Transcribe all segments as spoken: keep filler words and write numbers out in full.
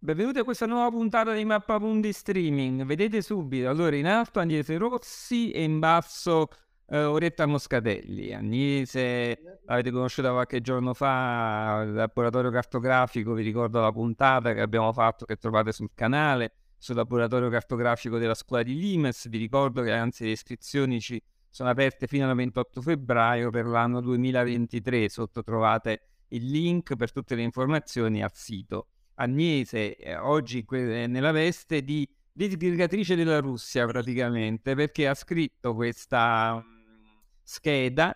Benvenuti a questa nuova puntata di Mappamundi Streaming. Vedete subito, allora in alto Agnese Rossi e in basso eh, Oretta Moscatelli. Agnese l'avete conosciuta qualche giorno fa, il laboratorio cartografico, vi ricordo la puntata che abbiamo fatto che trovate sul canale, sul laboratorio cartografico della scuola di Limes. Vi ricordo che anzi le iscrizioni ci sono aperte fino al ventotto febbraio per l'anno duemilaventitré. Sotto trovate il link per tutte le informazioni al sito. Agnese eh, oggi que- nella veste di disgregatrice della Russia praticamente, perché ha scritto questa mh, scheda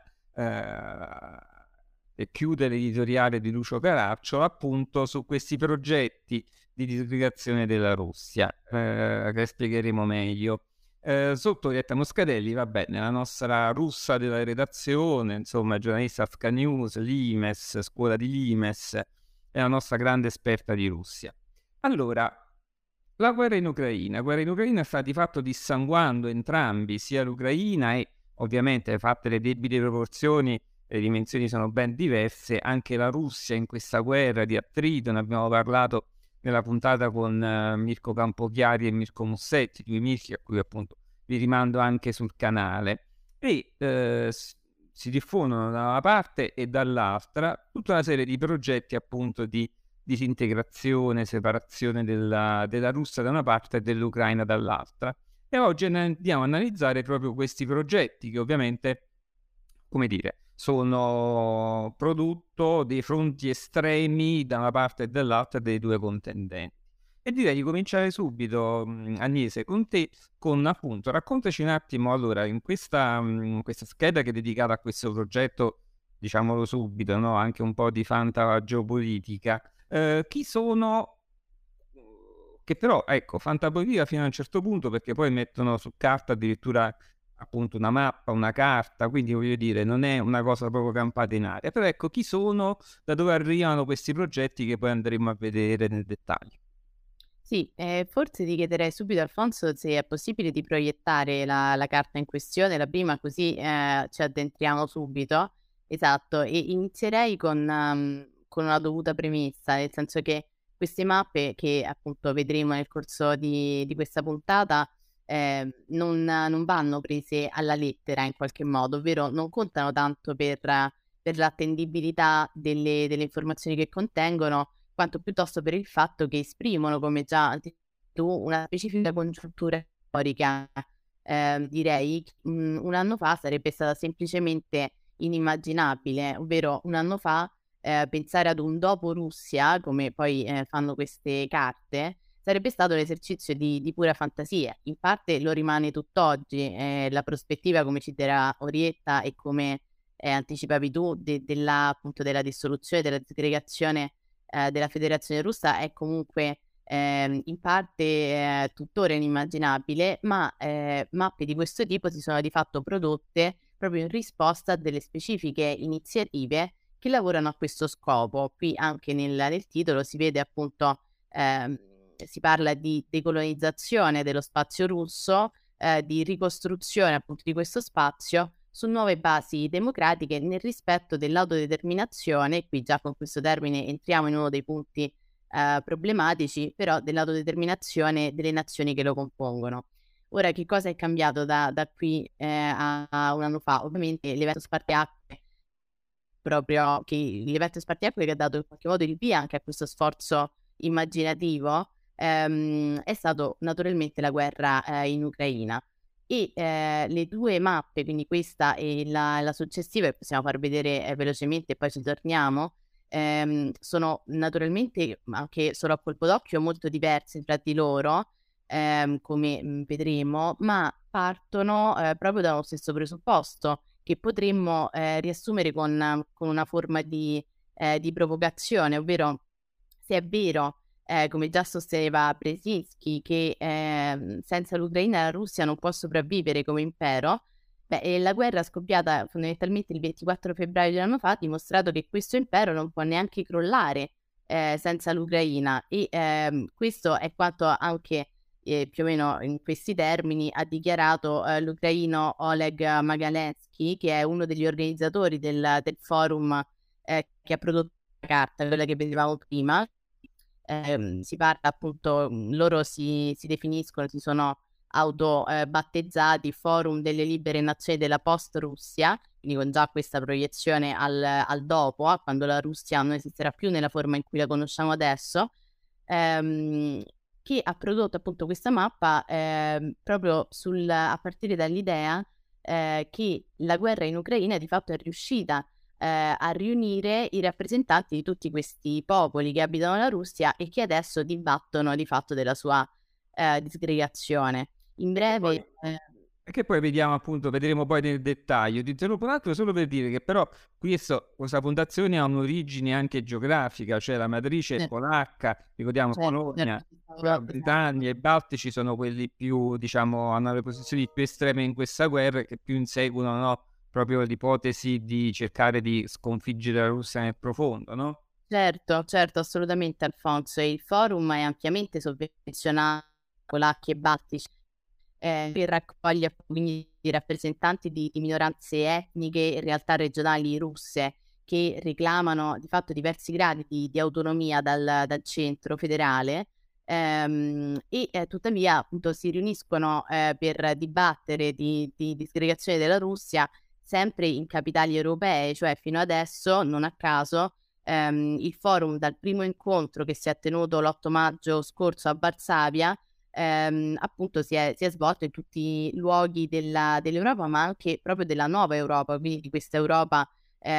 eh, e chiude l'editoriale di Lucio Caracciolo appunto su questi progetti di disgregazione della Russia, eh, che spiegheremo meglio. Eh, sotto Orietta Moscatelli, vabbè, nella nostra russa della redazione, insomma, giornalista Afka News, Limes, scuola di Limes, è la nostra grande esperta di Russia. Allora, la guerra in Ucraina. La guerra in Ucraina sta di fatto dissanguando entrambi, sia l'Ucraina e ovviamente, fatte le debite proporzioni, le dimensioni sono ben diverse, anche la Russia in questa guerra di attrito. Ne abbiamo parlato nella puntata con uh, Mirko Campochiari e Mirko Mussetti, due Mirki a cui appunto vi rimando anche sul canale. E eh, si diffondono da una parte e dall'altra tutta una serie di progetti appunto di disintegrazione, separazione della, della Russia da una parte e dell'Ucraina dall'altra. E oggi andiamo a analizzare proprio questi progetti che ovviamente, come dire, sono prodotto dei fronti estremi da una parte e dall'altra dei due contendenti. E direi di cominciare subito, Agnese, con te, con appunto, raccontaci un attimo, allora, in questa, in questa scheda che è dedicata a questo progetto, diciamolo subito, no? Anche un po' di fantageopolitica, eh, chi sono, che però, ecco, fantapolitica fino a un certo punto, perché poi mettono su carta addirittura appunto una mappa, una carta, quindi voglio dire, non è una cosa proprio campata in aria, però ecco, chi sono, da dove arrivano questi progetti che poi andremo a vedere nel dettaglio. Sì, eh, forse ti chiederei subito, Alfonso, se è possibile di proiettare la, la carta in questione, la prima, così eh, ci addentriamo subito. Esatto, e inizierei con, um, con una dovuta premessa, nel senso che queste mappe che appunto vedremo nel corso di, di questa puntata eh, non, non vanno prese alla lettera in qualche modo, ovvero non contano tanto per, per l'attendibilità delle, delle informazioni che contengono, quanto piuttosto per il fatto che esprimono, come già hai detto tu, una specifica congiuntura storica. Eh, direi mh, un anno fa sarebbe stata semplicemente inimmaginabile, ovvero un anno fa eh, pensare ad un dopo Russia, come poi eh, fanno queste carte, sarebbe stato l'esercizio di, di pura fantasia. In parte lo rimane tutt'oggi, eh, la prospettiva, come ci dirà Orietta e come eh, anticipavi tu, de- della, appunto, della dissoluzione, della disgregazione eh, della Federazione Russa è comunque ehm, in parte eh, tuttora inimmaginabile, ma eh, mappe di questo tipo si sono di fatto prodotte proprio in risposta a delle specifiche iniziative che lavorano a questo scopo. Qui anche nel, nel titolo si vede appunto, ehm, si parla di decolonizzazione dello spazio russo, eh, di ricostruzione appunto di questo spazio su nuove basi democratiche nel rispetto dell'autodeterminazione. Qui già con questo termine entriamo in uno dei punti eh, problematici, però dell'autodeterminazione delle nazioni che lo compongono. Ora, che cosa è cambiato da, da qui eh, a, a un anno fa? Ovviamente l'evento spartiacque, proprio che l'evento spartiacque che ha dato in qualche modo il via anche a questo sforzo immaginativo, ehm, è stato naturalmente la guerra eh, in Ucraina. E eh, le due mappe, quindi questa e la, la successiva, che possiamo far vedere eh, velocemente e poi ci torniamo, ehm, sono naturalmente anche solo a colpo d'occhio molto diverse tra di loro, ehm, come mh, vedremo, ma partono eh, proprio dallo stesso presupposto che potremmo eh, riassumere con, con una forma di, eh, di provocazione, ovvero se è vero, eh, come già sosteneva Brzezinski, che eh, senza l'Ucraina la Russia non può sopravvivere come impero, beh, e la guerra scoppiata fondamentalmente il ventiquattro febbraio di un anno fa ha dimostrato che questo impero non può neanche crollare eh, senza l'Ucraina, e ehm, questo è quanto anche eh, più o meno in questi termini ha dichiarato eh, l'ucraino Oleg Magalensky, che è uno degli organizzatori del, del forum eh, che ha prodotto la carta, quella che vedevamo prima, ehm, si parla appunto, mhmm, loro si si definiscono, si sono auto, ehm, battezzati Forum delle Libere Nazioni della Post-Russia, quindi con già questa proiezione al al dopo, a quando la Russia non esisterà più nella forma in cui la conosciamo adesso, ehm, che ha prodotto appunto questa mappa, ehm, proprio sul a partire dall'idea, ehm, che la guerra in Ucraina di fatto è riuscita, ehm, a riunire i rappresentanti di tutti questi popoli che abitano la Russia e che adesso dibattono di fatto della sua, ehm, disgregazione. In E che poi breve, ehm e che poi vediamo appunto, vedremo poi nel dettaglio. Ti interrompo un attimo solo per dire che però questo questa fondazione ha un'origine anche geografica, cioè la matrice è cer polacca, ricordiamo certo, Polonia, certo, ci Gran stavo esatto. Bretagna e i Baltici sono quelli più diciamo hanno le posizioni più estreme in questa guerra e che più inseguono, no, proprio l'ipotesi di cercare di sconfiggere la Russia nel profondo, no? Certo, certo, assolutamente Alfonso. E il forum è ampiamente sovvenzionato polacchi e baltici, ehm, che raccoglie quindi i rappresentanti di di minoranze etniche e realtà regionali russe, che reclamano di fatto diversi gradi di di autonomia dal dal centro federale, ehm, e, ehm, tuttavia appunto si riuniscono, ehm, per dibattere di di disgregazione della Russia sempre in capitali europee, cioè fino adesso, non a caso, ehm, il forum dal primo incontro che si è tenuto l'otto maggio scorso a Varsavia, ehm, appunto si è si è svolto in tutti i luoghi della dell'Europa, ma anche proprio della nuova Europa, quindi di questa Europa,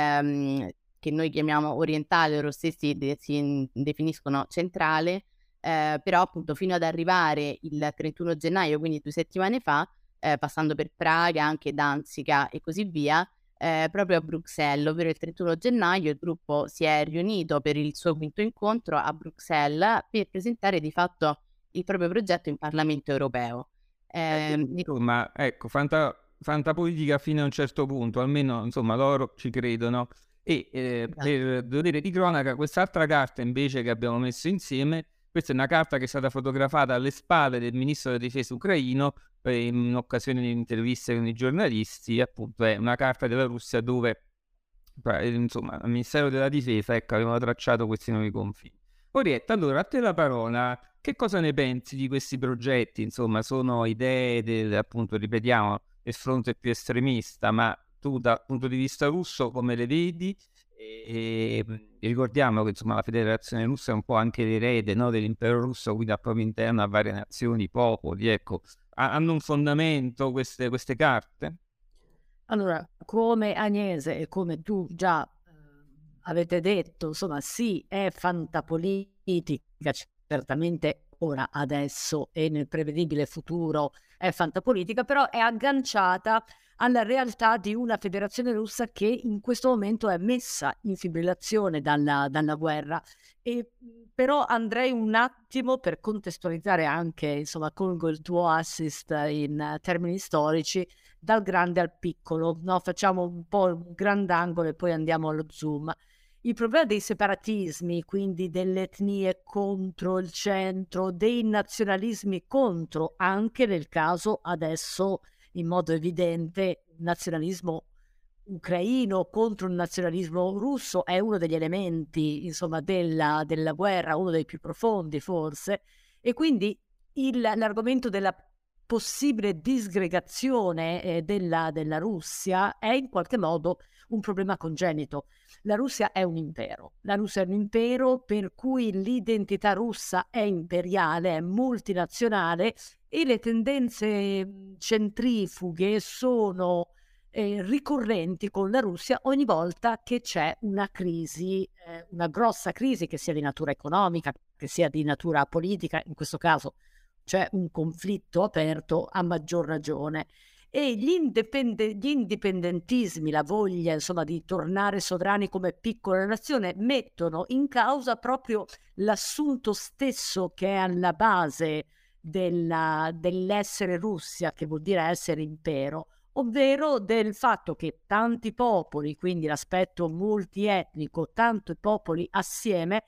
ehm, che noi chiamiamo orientale, loro stessi de si, mhmm, definiscono centrale, ehm, però appunto fino ad arrivare il trentuno gennaio, quindi due settimane fa, ehm, passando per Praga, anche Danzica e così via, ehm, proprio a Bruxelles, ovvero il trentuno gennaio il gruppo si è riunito per il suo quinto incontro a Bruxelles per presentare di fatto il proprio progetto in Parlamento europeo. Eh, Ehm, quindi di insomma, ecco, fanta fantapolitica fino a un certo punto, almeno insomma loro ci credono. E, ehm, esa per dovere di cronaca, quest'altra carta invece che abbiamo messo insieme, questa è una carta che è stata fotografata alle spalle del ministro della difesa ucraino, ehm, in occasione di interviste con i giornalisti, appunto è una carta della Russia dove pra ehm, insomma, al Ministero della Difesa, ecco, avevano tracciato questi nuovi confini. Orietta, allora a te la parola. Che cosa ne pensi di questi progetti? Insomma, sono idee del appunto, ripetiamo, del fronte più estremista, ma tu dal punto di vista russo come le vedi? Ehm, ricordiamo che insomma la Federazione Russa è un po' anche l'erede, no, dell'impero russo, quindi al proprio interno ha varie nazioni, popoli, ecco. Ha hanno un fondamento queste queste carte? Allora, come Agnese e come tu già ehm, avete detto, insomma, sì, è fantapolitica, certamente ora, adesso e nel prevedibile futuro è fantapolitica, però è agganciata alla realtà di una federazione russa che in questo momento è messa in fibrillazione dalla, dalla guerra. E, mh, però andrei un attimo per contestualizzare anche, insomma, colgo il tuo assist in eh, termini storici, dal grande al piccolo, no? Facciamo un po' un grandangolo e poi andiamo allo zoom. Il problema dei separatismi, quindi delle etnie contro il centro, dei nazionalismi contro, anche nel caso adesso in modo evidente il nazionalismo ucraino contro il nazionalismo russo è uno degli elementi, insomma, della, della guerra, uno dei più profondi forse, e quindi il, l'argomento della possibile disgregazione eh, della, della Russia è in qualche modo un problema congenito. La Russia è un impero, la Russia è un impero per cui l'identità russa è imperiale, è multinazionale e le tendenze centrifughe sono eh, ricorrenti con la Russia ogni volta che c'è una crisi, eh, una grossa crisi che sia di natura economica, che sia di natura politica, in questo caso c'è un conflitto aperto a maggior ragione. E gli, indipende- gli indipendentismi, la voglia insomma di tornare sovrani come piccola nazione, mettono in causa proprio l'assunto stesso che è alla base della, dell'essere Russia, che vuol dire essere impero, ovvero del fatto che tanti popoli, quindi l'aspetto multietnico, tanti popoli assieme,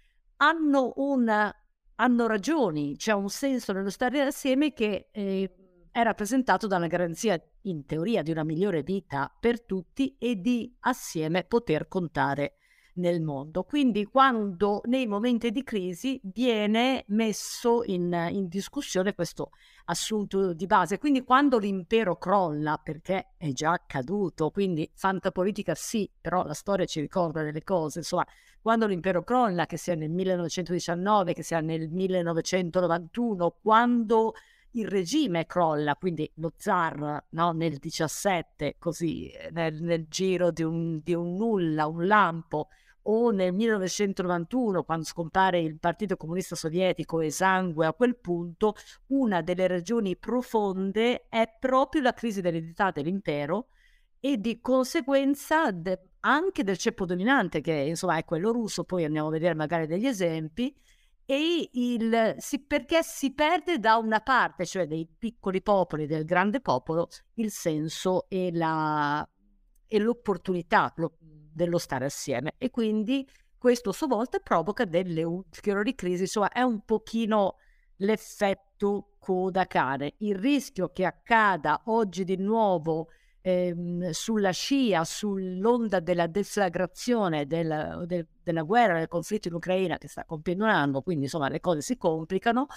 hanno una hanno ragioni, c'è un senso nello stare assieme che eh, è rappresentato dalla garanzia, in teoria, di una migliore vita per tutti e di assieme poter contare nel mondo. Quindi quando nei momenti di crisi viene messo in, in discussione questo assunto di base. Quindi quando l'impero crolla, perché è già accaduto, quindi fantapolitica sì, però la storia ci ricorda delle cose, insomma, quando l'impero crolla, che sia nel millenovecentodiciannove, che sia nel millenovecentonovantuno, quando il regime crolla, quindi lo zar, no, nel diciassette, così nel, nel giro di un, di un nulla, un lampo, o nel millenovecentonovantuno, quando scompare il Partito Comunista Sovietico, esangue a quel punto, una delle ragioni profonde è proprio la crisi dell'eredità dell'impero e di conseguenza de- anche del ceppo dominante, che insomma è quello russo. Poi andiamo a vedere magari degli esempi. E il, si, perché si perde da una parte, cioè dei piccoli popoli, del grande popolo, il senso e, la, e l'opportunità lo, dello stare assieme, e quindi questo a sua volta provoca delle ulteriori crisi. Insomma, è un pochino l'effetto coda cane. Il rischio che accada oggi di nuovo ehm, sulla scia, sull'onda della deflagrazione del, del, della guerra, del conflitto in Ucraina che sta compiendo un anno, quindi insomma le cose si complicano,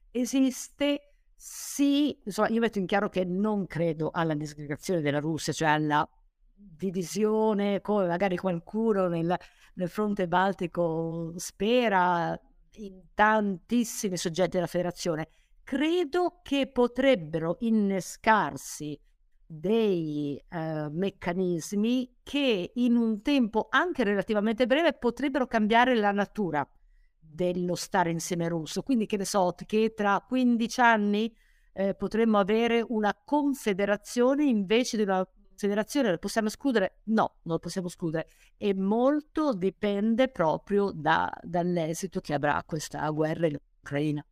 esiste sì, insomma io metto in chiaro che non credo alla disgregazione della Russia, cioè alla divisione, come magari qualcuno nel, nel fronte baltico spera, in tantissimi soggetti della federazione. Credo che potrebbero innescarsi dei eh, meccanismi che in un tempo anche relativamente breve potrebbero cambiare la natura dello stare insieme russo. Quindi che ne so, che tra quindici anni eh, potremmo avere una confederazione invece di una federazione. Lo possiamo escludere? No, non lo possiamo escludere, e molto dipende proprio da, dall'esito che avrà questa guerra in Ucraina.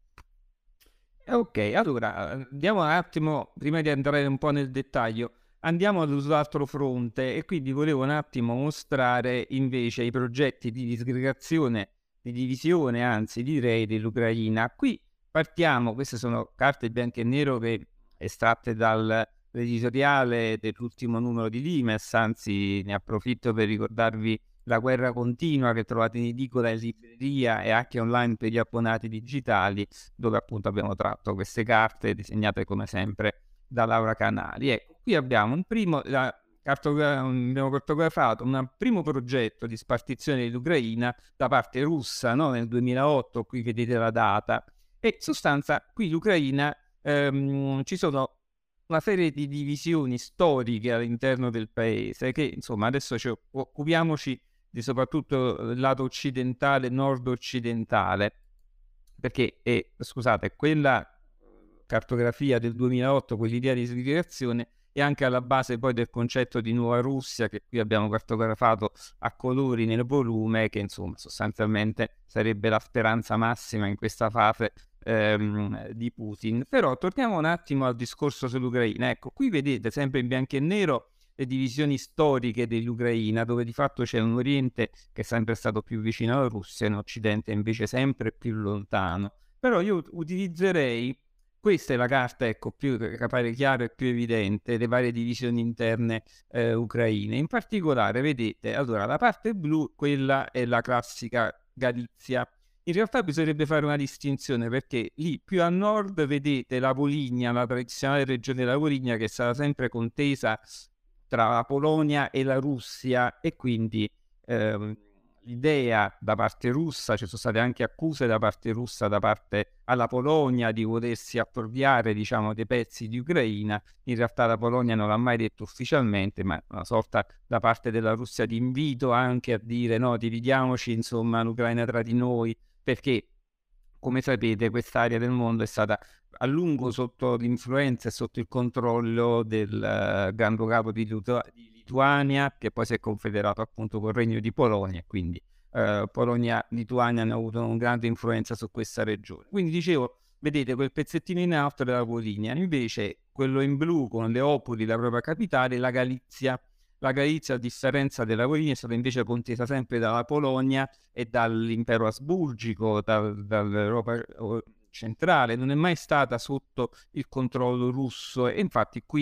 Ok, allora andiamo un attimo, prima di entrare un po' nel dettaglio, andiamo sull'altro fronte, e quindi volevo un attimo mostrare invece i progetti di disgregazione, di divisione, anzi direi, dell'Ucraina. Qui partiamo, queste sono carte bianco e nero che estratte dall'editoriale dell'ultimo numero di Limes, anzi ne approfitto per ricordarvi La guerra continua, che trovate in edicola, in libreria e anche online per gli abbonati digitali, dove appunto abbiamo tratto queste carte disegnate come sempre da Laura Canali. Ecco, qui abbiamo un primo, la, cartogra- abbiamo cartografato un primo progetto di spartizione dell'Ucraina da parte russa, no? Nel duemilaotto, qui vedete la data, e in sostanza qui l'Ucraina ehm, ci sono una serie di divisioni storiche all'interno del paese che, insomma, adesso ci occupiamoci di soprattutto il lato occidentale, nord-occidentale, perché è, scusate, quella cartografia del duemilaotto, quell'idea di segregazione, è anche alla base poi del concetto di nuova Russia, che qui abbiamo cartografato a colori nel volume, che insomma sostanzialmente sarebbe la speranza massima in questa fase ehm, di Putin. Però torniamo un attimo al discorso sull'Ucraina. Ecco, qui vedete sempre in bianco e nero le divisioni storiche dell'Ucraina, dove di fatto c'è un Oriente che è sempre stato più vicino alla Russia e un Occidente invece sempre più lontano. Però io utilizzerei, questa è la carta, ecco, più che appare chiaro e più evidente, le varie divisioni interne eh, ucraine. In particolare, vedete, allora, la parte blu, quella è la classica Galizia. In realtà bisognerebbe fare una distinzione, perché lì più a nord vedete la Voligna, la tradizionale regione della Voligna, che è stata sempre contesa tra la Polonia e la Russia, e quindi ehm, l'idea da parte russa, ci sono state anche accuse da parte russa, da parte alla Polonia, di volersi appropriare, diciamo, dei pezzi di Ucraina. In realtà la Polonia non l'ha mai detto ufficialmente, ma una sorta da parte della Russia di invito anche a dire no, dividiamoci insomma l'Ucraina tra di noi, perché come sapete quest'area del mondo è stata a lungo sotto l'influenza e sotto il controllo del uh, Gran Ducato di, Litu- di Lituania, che poi si è confederato appunto col Regno di Polonia, quindi uh, Polonia e Lituania hanno avuto una grande influenza su questa regione. Quindi dicevo, vedete quel pezzettino in alto della Voligna, invece quello in blu con Leopoli, la propria capitale, la Galizia. La Galizia, a differenza della Voligna, è stata invece contesa sempre dalla Polonia e dall'impero asburgico, dal, dall'Europa centrale, non è mai stata sotto il controllo russo, e infatti qui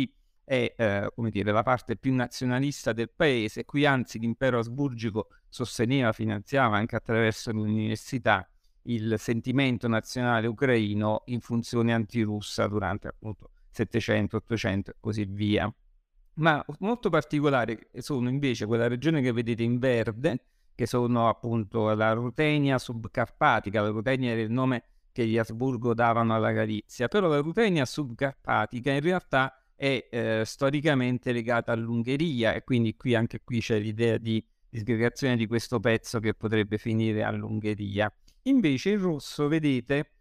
è eh, come dire, la parte più nazionalista del paese. Qui anzi l'impero asburgico sosteneva, finanziava anche attraverso l'università il sentimento nazionale ucraino in funzione antirussa durante appunto settecento, ottocento e così via. Ma molto particolare sono invece quella regione che vedete in verde, che sono appunto la Rutenia subcarpatica. La Rutenia era il nome che gli Asburgo davano alla Galizia, però la Rutenia subcarpatica in realtà è eh, storicamente legata all'Ungheria, e quindi qui anche qui c'è l'idea di disgregazione di questo pezzo che potrebbe finire all'Ungheria. Invece in rosso vedete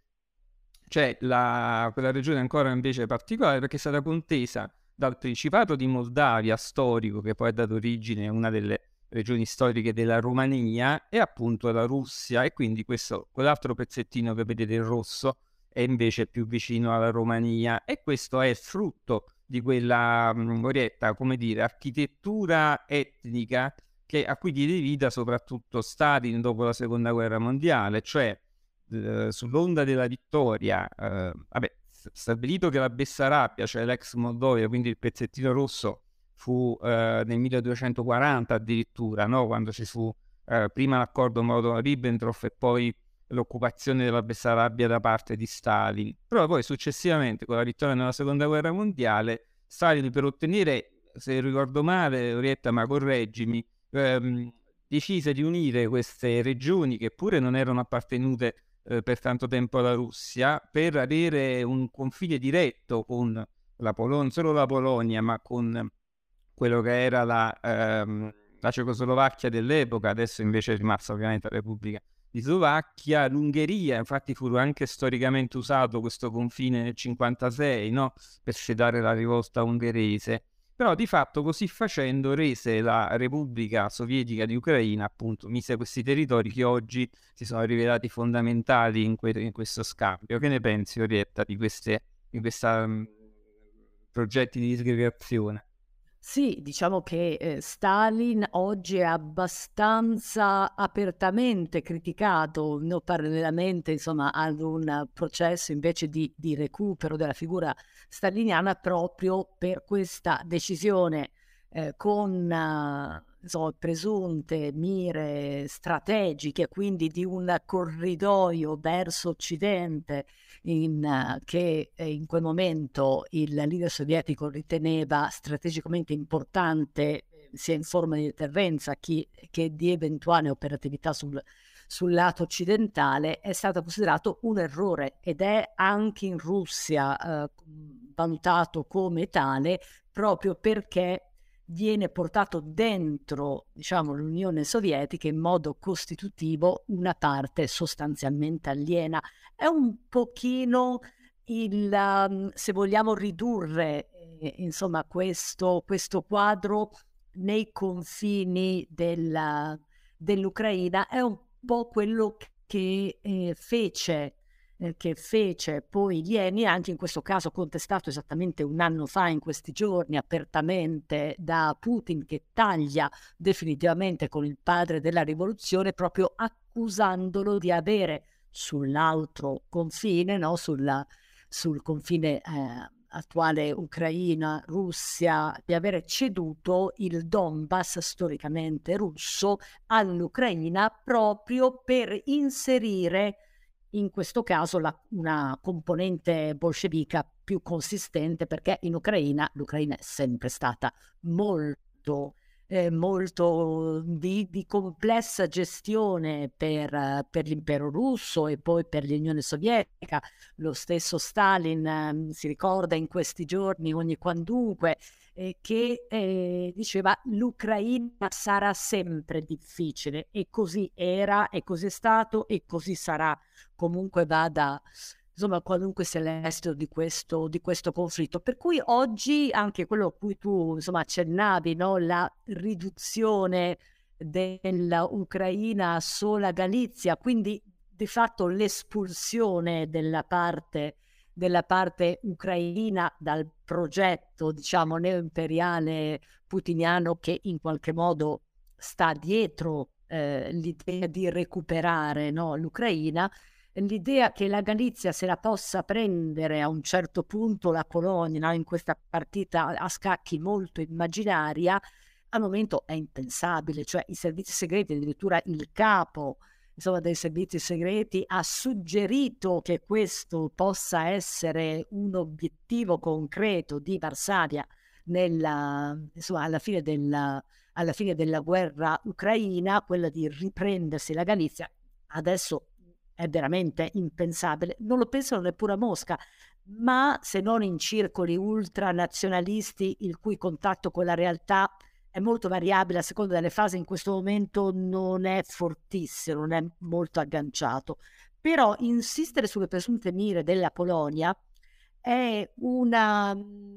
c'è la, quella regione ancora invece particolare, perché è stata contesa dal Principato di Moldavia storico, che poi ha dato origine a una delle regioni storiche della Romania, e appunto la Russia, e quindi questo, quell'altro pezzettino che vedete in rosso è invece più vicino alla Romania, e questo è frutto di quella, mh, Orietta, come dire, architettura etnica che, a cui diede vita soprattutto Stalin dopo la seconda guerra mondiale, cioè eh, sull'onda della vittoria, eh, vabbè, stabilito che la Bessarabia, cioè l'ex Moldovia, quindi il pezzettino rosso, fu eh, nel milleduecentoquaranta addirittura, no? Quando ci fu eh, prima l'accordo Molotov-Ribbentrop e poi l'occupazione della Bessarabia da parte di Stalin. Però poi successivamente, con la vittoria nella seconda guerra mondiale, Stalin, per ottenere, se ricordo male, Orietta, ma correggimi, ehm, decise di unire queste regioni che pure non erano appartenute eh, per tanto tempo alla Russia, per avere un confine diretto con la Polonia, non solo la Polonia, ma con quello che era la, ehm, la Cecoslovacchia dell'epoca. Adesso invece è rimasta ovviamente la Repubblica di Slovacchia, l'Ungheria. Infatti fu anche storicamente usato questo confine nel cinquantasei, no? Per sedare la rivolta ungherese. Però di fatto, così facendo, rese la Repubblica Sovietica di Ucraina, appunto, mise questi territori che oggi si sono rivelati fondamentali in, que- in questo scambio. Che ne pensi, Orietta, di queste di questa, mh, progetti di disgregazione? Sì, diciamo che eh, Stalin oggi è abbastanza apertamente criticato, no, parallelamente insomma ad un processo invece di, di recupero della figura staliniana, proprio per questa decisione eh, con eh, insomma, presunte mire strategiche, quindi di un corridoio verso occidente in, uh, che eh, in quel momento il leader sovietico riteneva strategicamente importante, eh, sia in forma di deterrenza chi, che di eventuale operatività sul, sul lato occidentale, è stato considerato un errore, ed è anche in Russia eh, valutato come tale, proprio perché viene portato dentro, diciamo, l'Unione Sovietica in modo costitutivo una parte sostanzialmente aliena. È un pochino il, um, se vogliamo ridurre, eh, insomma, questo, questo quadro nei confini della, dell'Ucraina, è un po' quello che eh, fece eh, che fece poi Lenin, anche in questo caso contestato esattamente un anno fa, in questi giorni, apertamente da Putin, che taglia definitivamente con il padre della rivoluzione, proprio accusandolo di avere sull'altro confine, no? Sulla, sul confine eh, attuale Ucraina, Russia, di avere ceduto il Donbass storicamente russo all'Ucraina, proprio per inserire in questo caso la, una componente bolscevica più consistente, perché in Ucraina l'Ucraina è sempre stata molto eh, molto di, di complessa gestione per, per l'impero russo e poi per l'Unione Sovietica. Lo stesso Stalin eh, si ricorda in questi giorni, ogni quandunque, eh, che eh, diceva: l'Ucraina sarà sempre difficile, e così era, e così è stato, e così sarà, comunque vada, insomma, qualunque sia l'esito di questo, di questo conflitto. Per cui oggi anche quello a cui tu insomma accennavi, no? La riduzione dell'Ucraina a sola Galizia, quindi di fatto l'espulsione della parte della parte ucraina dal progetto, diciamo, neoimperiale putiniano, che in qualche modo sta dietro eh, l'idea di recuperare, no, l'Ucraina. l'idea che la Galizia se la possa prendere a un certo punto la Polonia, no? In questa partita a scacchi molto immaginaria, al momento è impensabile, cioè i servizi segreti, addirittura il capo insomma, dei servizi segreti ha suggerito che questo possa essere un obiettivo concreto di Varsavia nella, insomma, alla fine della, alla fine della guerra ucraina, quella di riprendersi la Galizia. Adesso è veramente impensabile, non lo pensano neppure a Mosca, ma se non in circoli ultranazionalisti il cui contatto con la realtà è molto variabile a seconda delle fasi, in questo momento non è fortissimo, non è molto agganciato. Però insistere sulle presunte mire della Polonia è una,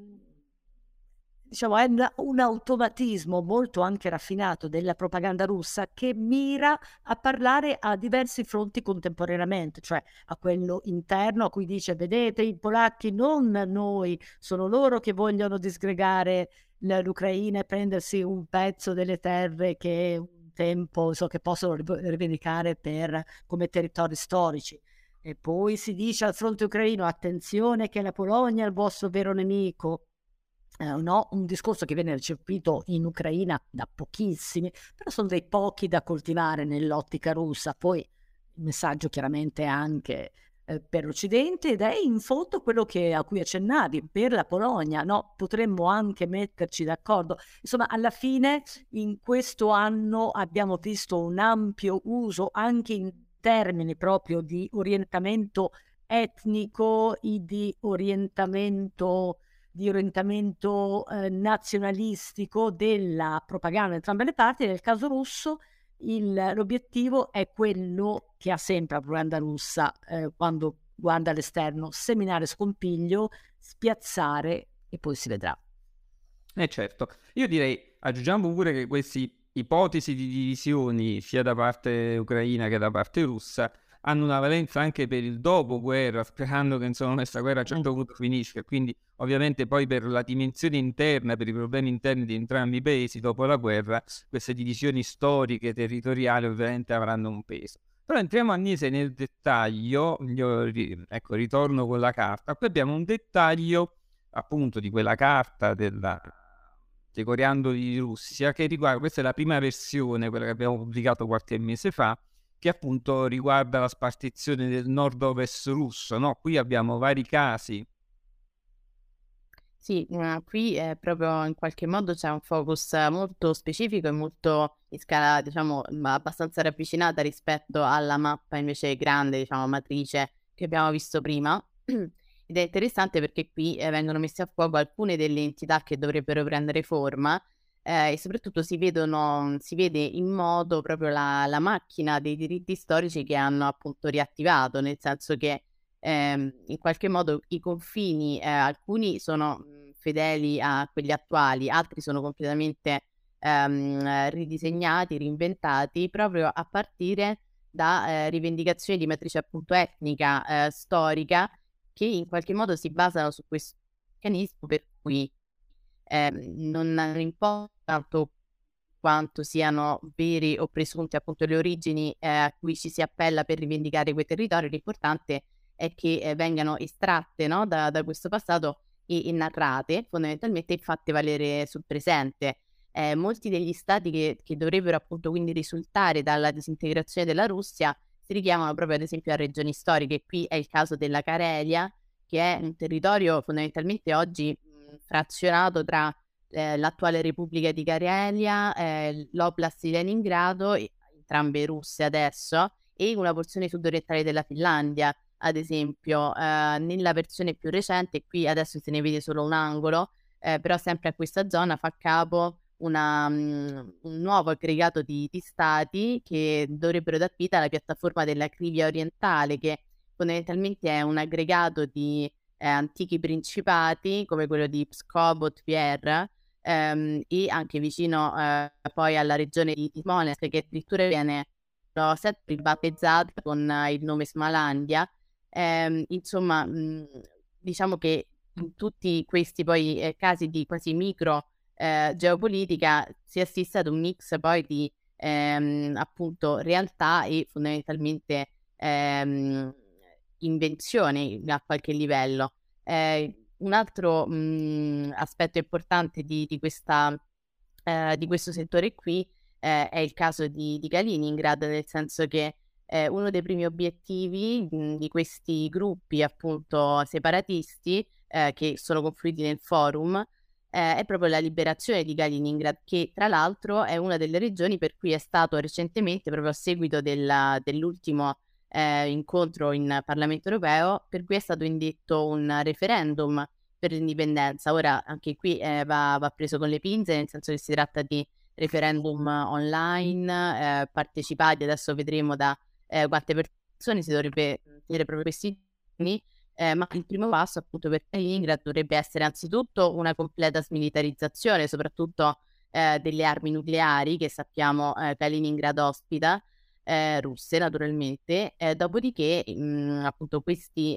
diciamo, è un automatismo molto anche raffinato della propaganda russa che mira a parlare a diversi fronti contemporaneamente, cioè a quello interno a cui dice: vedete, i polacchi non noi, sono loro che vogliono disgregare l'Ucraina e prendersi un pezzo delle terre che un tempo so che possono rivendicare per, come territori storici. E poi si dice al fronte ucraino: attenzione che la Polonia è il vostro vero nemico. Eh, no, un discorso che viene recepito in Ucraina da pochissimi, però sono dei pochi da coltivare nell'ottica russa. Poi il messaggio chiaramente anche eh, per l'Occidente, ed è in fondo quello che, a cui accennavi per la Polonia, no? Potremmo anche metterci d'accordo. Insomma, alla fine in questo anno abbiamo visto un ampio uso anche in termini proprio di orientamento etnico e di orientamento di orientamento eh, nazionalistico della propaganda da entrambe le parti. Nel caso russo il, l'obiettivo è quello che ha sempre la propaganda russa eh, quando guarda all'esterno: seminare scompiglio, spiazzare, e poi si vedrà. Eh certo, io direi aggiungiamo pure che queste ipotesi di divisioni sia da parte ucraina che da parte russa hanno una valenza anche per il dopoguerra, sperando che insomma questa guerra a un certo punto finisca, quindi ovviamente poi per la dimensione interna, per i problemi interni di entrambi i paesi dopo la guerra, queste divisioni storiche, territoriali ovviamente avranno un peso. Però entriamo, Agnese, nel dettaglio. Io ecco, ritorno con la carta. Qui abbiamo un dettaglio appunto di quella carta della, dei coriandoli di Russia che riguarda, questa è la prima versione, quella che abbiamo pubblicato qualche mese fa, che appunto riguarda la spartizione del nord-ovest russo, no? Qui abbiamo vari casi. Sì, uh, qui è proprio in qualche modo c'è un focus molto specifico e molto in scala, diciamo, abbastanza ravvicinata rispetto alla mappa invece grande, diciamo, matrice che abbiamo visto prima. Ed è interessante perché qui eh, vengono messe a fuoco alcune delle entità che dovrebbero prendere forma eh, e soprattutto si vedono, si vede in modo proprio la, la macchina dei diritti storici che hanno appunto riattivato, nel senso che ehm, in qualche modo i confini, eh, alcuni sono mh, fedeli a quelli attuali, altri sono completamente ehm, ridisegnati, reinventati, proprio a partire da eh, rivendicazioni di matrice appunto etnica, eh, storica, che in qualche modo si basano su questo meccanismo per cui eh, non, non importa tanto quanto siano veri o presunte appunto le origini eh, a cui ci si appella per rivendicare quei territori, l'importante è che eh, vengano estratte, no, da, da questo passato e, e narrate, fondamentalmente fatte valere sul presente. Eh, molti degli stati che, che dovrebbero appunto quindi risultare dalla disintegrazione della Russia si richiamano proprio ad esempio a regioni storiche. Qui è il caso della Carelia, che è un territorio fondamentalmente oggi mh, frazionato tra eh, l'attuale Repubblica di Carelia, eh, l'Oblast di Leningrado, entrambe russe adesso, e una porzione sud-orientale della Finlandia, ad esempio. Eh, nella versione più recente, qui adesso se ne vede solo un angolo, eh, però sempre a questa zona fa capo una, um, un nuovo aggregato di, di stati che dovrebbero dar vita alla piattaforma della Crivia orientale, che fondamentalmente è un aggregato di eh, antichi principati come quello di Pskov, Tver, ehm, e anche vicino eh, poi alla regione di Smolensk, che addirittura viene sempre battezzata con eh, il nome Smalandia. Eh, insomma, mh, diciamo che in tutti questi poi eh, casi di quasi micro eh, geopolitica si assiste ad un mix poi di ehm, appunto realtà e fondamentalmente ehm, invenzione a qualche livello. Eh, un altro mh, aspetto importante di, di, questa, eh, di questo settore qui eh, è il caso di, di Kaliningrad, nel senso che eh, uno dei primi obiettivi mh, di questi gruppi appunto separatisti eh, che sono confluiti nel forum eh, è proprio la liberazione di Kaliningrad, che tra l'altro è una delle regioni per cui è stato recentemente, proprio a seguito della, dell'ultimo eh, incontro in Parlamento europeo, per cui è stato indetto un referendum per l'indipendenza. Ora anche qui eh, va, va preso con le pinze, nel senso che si tratta di referendum online, eh, partecipati, adesso vedremo da eh, quante persone, si dovrebbe tenere proprio questi giorni, eh, ma il primo passo appunto per Kaliningrad dovrebbe essere anzitutto una completa smilitarizzazione, soprattutto eh, delle armi nucleari che sappiamo eh, Kaliningrad ospita, eh, russe naturalmente, eh, dopodiché mh, appunto questi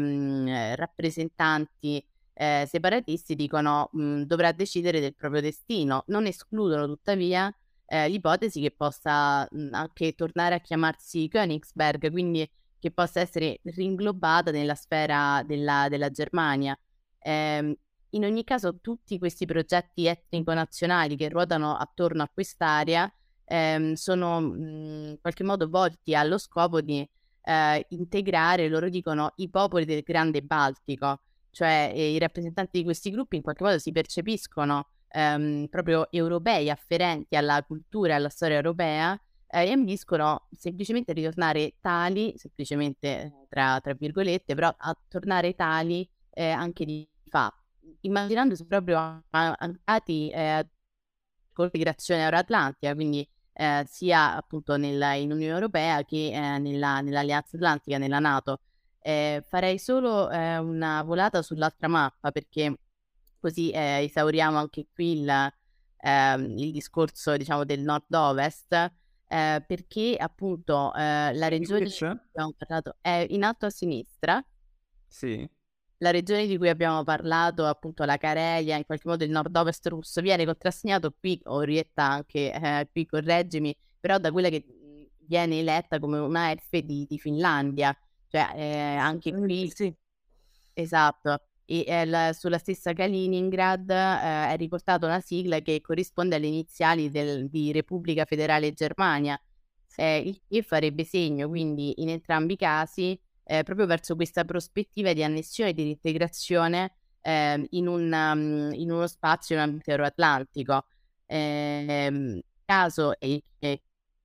ehm, rappresentanti eh, separatisti dicono mh, dovrà decidere del proprio destino, non escludono tuttavia eh, l'ipotesi che possa mh, anche tornare a chiamarsi Königsberg, quindi che possa essere ringlobata nella sfera della, della Germania. Eh, in ogni caso tutti questi progetti etnico-nazionali che ruotano attorno a quest'area ehm, sono mh, in qualche modo volti allo scopo di eh, integrare, loro dicono, i popoli del Grande Baltico, cioè eh, i rappresentanti di questi gruppi in qualche modo si percepiscono ehm, proprio europei, afferenti alla cultura e alla storia europea, eh, e ambiscono semplicemente a ritornare tali, semplicemente eh, tra, tra virgolette, però a tornare tali eh, anche di fatto, immaginandosi proprio a- a- ancrati eh, con l'integrazione euroatlantica, quindi eh, sia appunto nella, in Unione Europea che eh, nella, nell'Alleanza Atlantica, nella NATO. Eh, farei solo eh, una volata sull'altra mappa, perché così eh, esauriamo anche qui il, ehm, il discorso, diciamo, del nord-ovest, eh, perché appunto eh, la Di regione di cui questa? abbiamo parlato è in alto a sinistra. Sì. La regione di cui abbiamo parlato, appunto la Carelia, in qualche modo il nord-ovest russo, viene contrassegnato qui, Orietta anche eh, qui, correggimi, però da quella che mh, viene eletta come una F di, di Finlandia, cioè eh, anche qui, Sì. esatto, e eh, la- sulla stessa Kaliningrad eh, è riportata una sigla che corrisponde alle iniziali del- di Repubblica Federale Germania, eh, il che farebbe segno quindi in entrambi i casi eh, proprio verso questa prospettiva di annessione e di reintegrazione ehm, in, un, um, in uno spazio in ambito euroatlantico. Ehm, caso è, è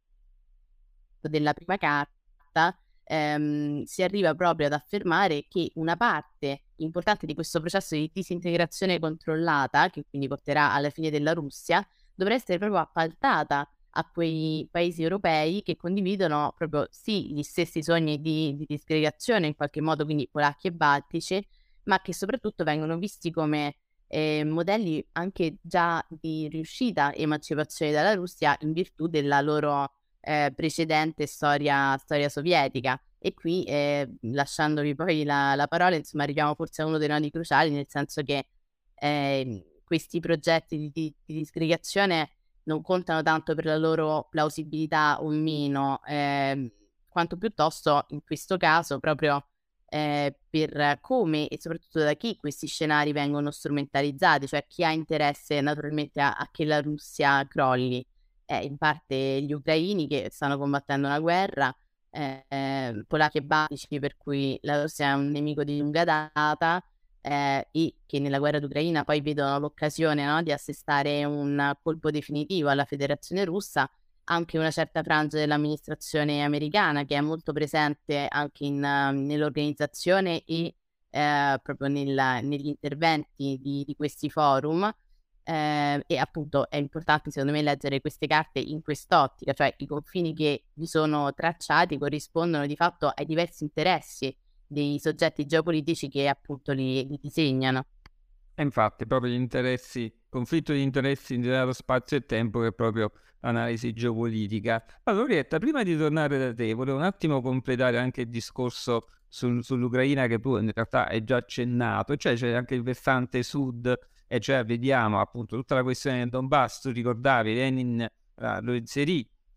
della prima carta ehm, si arriva proprio ad affermare che una parte importante di questo processo di disintegrazione controllata, che quindi porterà alla fine della Russia, dovrà essere proprio appaltata a quei paesi europei che condividono proprio sì gli stessi sogni di, di disgregazione in qualche modo, quindi polacchi e baltici, ma che soprattutto vengono visti come eh, modelli anche già di riuscita emancipazione dalla Russia in virtù della loro eh, precedente storia, storia sovietica. E qui, eh, lasciandovi poi la, la parola, insomma, arriviamo forse a uno dei nodi cruciali, nel senso che eh, questi progetti di, di, di disgregazione non contano tanto per la loro plausibilità o meno, ehm, quanto piuttosto in questo caso proprio eh, per come e soprattutto da chi questi scenari vengono strumentalizzati, cioè chi ha interesse naturalmente a, a che la Russia crolli. Eh, in parte gli ucraini che stanno combattendo una guerra, eh, eh, polacchi e baltici per cui la Russia è un nemico di lunga data, eh, e che nella guerra d'Ucraina poi vedono l'occasione, no, di assestare un colpo definitivo alla Federazione Russa, anche una certa frangia dell'amministrazione americana che è molto presente anche in, uh, nell'organizzazione e eh, proprio nella- negli interventi di, di questi forum. Eh, e appunto è importante secondo me leggere queste carte in quest'ottica, cioè i confini che vi sono tracciati corrispondono di fatto ai diversi interessi dei soggetti geopolitici che appunto li, li disegnano. E infatti, proprio gli interessi, conflitto di interessi nello spazio e tempo, che è proprio l'analisi geopolitica. Allora, Orietta, prima di tornare da te, volevo un attimo completare anche il discorso sul- sull'Ucraina che tu in realtà hai già accennato, cioè c'è anche il versante sud, e cioè vediamo appunto tutta la questione del Donbass. Tu ricordavi, Lenin eh, lo inserì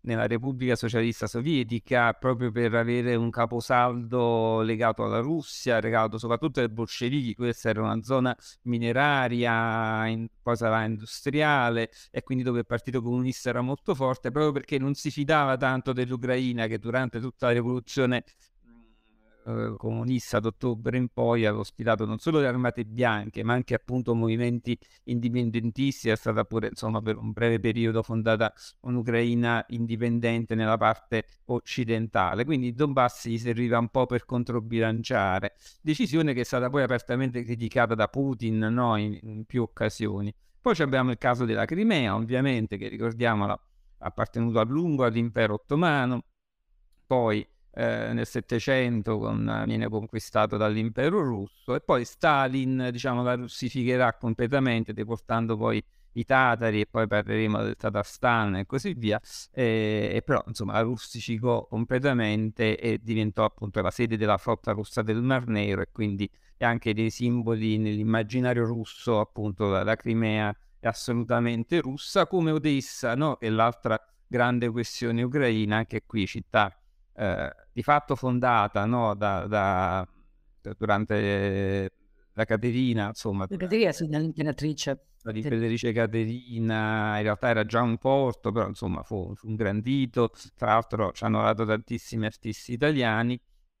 nella Repubblica Socialista Sovietica, proprio per avere un caposaldo legato alla Russia, legato soprattutto ai bolscevichi. Questa era una zona mineraria, in, poi sarà industriale, e quindi dove il Partito Comunista era molto forte, proprio perché non si fidava tanto dell'Ucraina, che durante tutta la rivoluzione eh, comunista d'ottobre in poi aveva ospitato non solo le armate bianche, ma anche appunto movimenti indipendentisti. È stata pure, insomma, per un breve periodo fondata un'Ucraina indipendente nella parte occidentale, quindi il Donbass gli serviva un po' per controbilanciare, decisione che è stata poi apertamente criticata da Putin, no? in, in più occasioni. Poi abbiamo il caso della Crimea, ovviamente, che ricordiamola, ha appartenuto a lungo all'impero ottomano, poi eh, nel Settecento con, viene conquistato dall'impero russo, e poi Stalin, diciamo, la russificherà completamente, deportando poi i tatari, e poi parleremo del Tatarstan e così via, e, e però insomma la russificò completamente e diventò appunto la sede della flotta russa del Mar Nero, e quindi anche dei simboli nell'immaginario russo, appunto la, la Crimea è assolutamente russa, come Odessa, no? Che è l'altra grande questione ucraina, anche qui città eh, di fatto fondata, no? da, da, da- durante la Caterina, insomma, Caterina, sì, dall'imperatrice. la imperatrice Caterina. In realtà era già un porto, però insomma fu, fu ingrandito. Tra l'altro ci hanno dato tantissimi artisti italiani,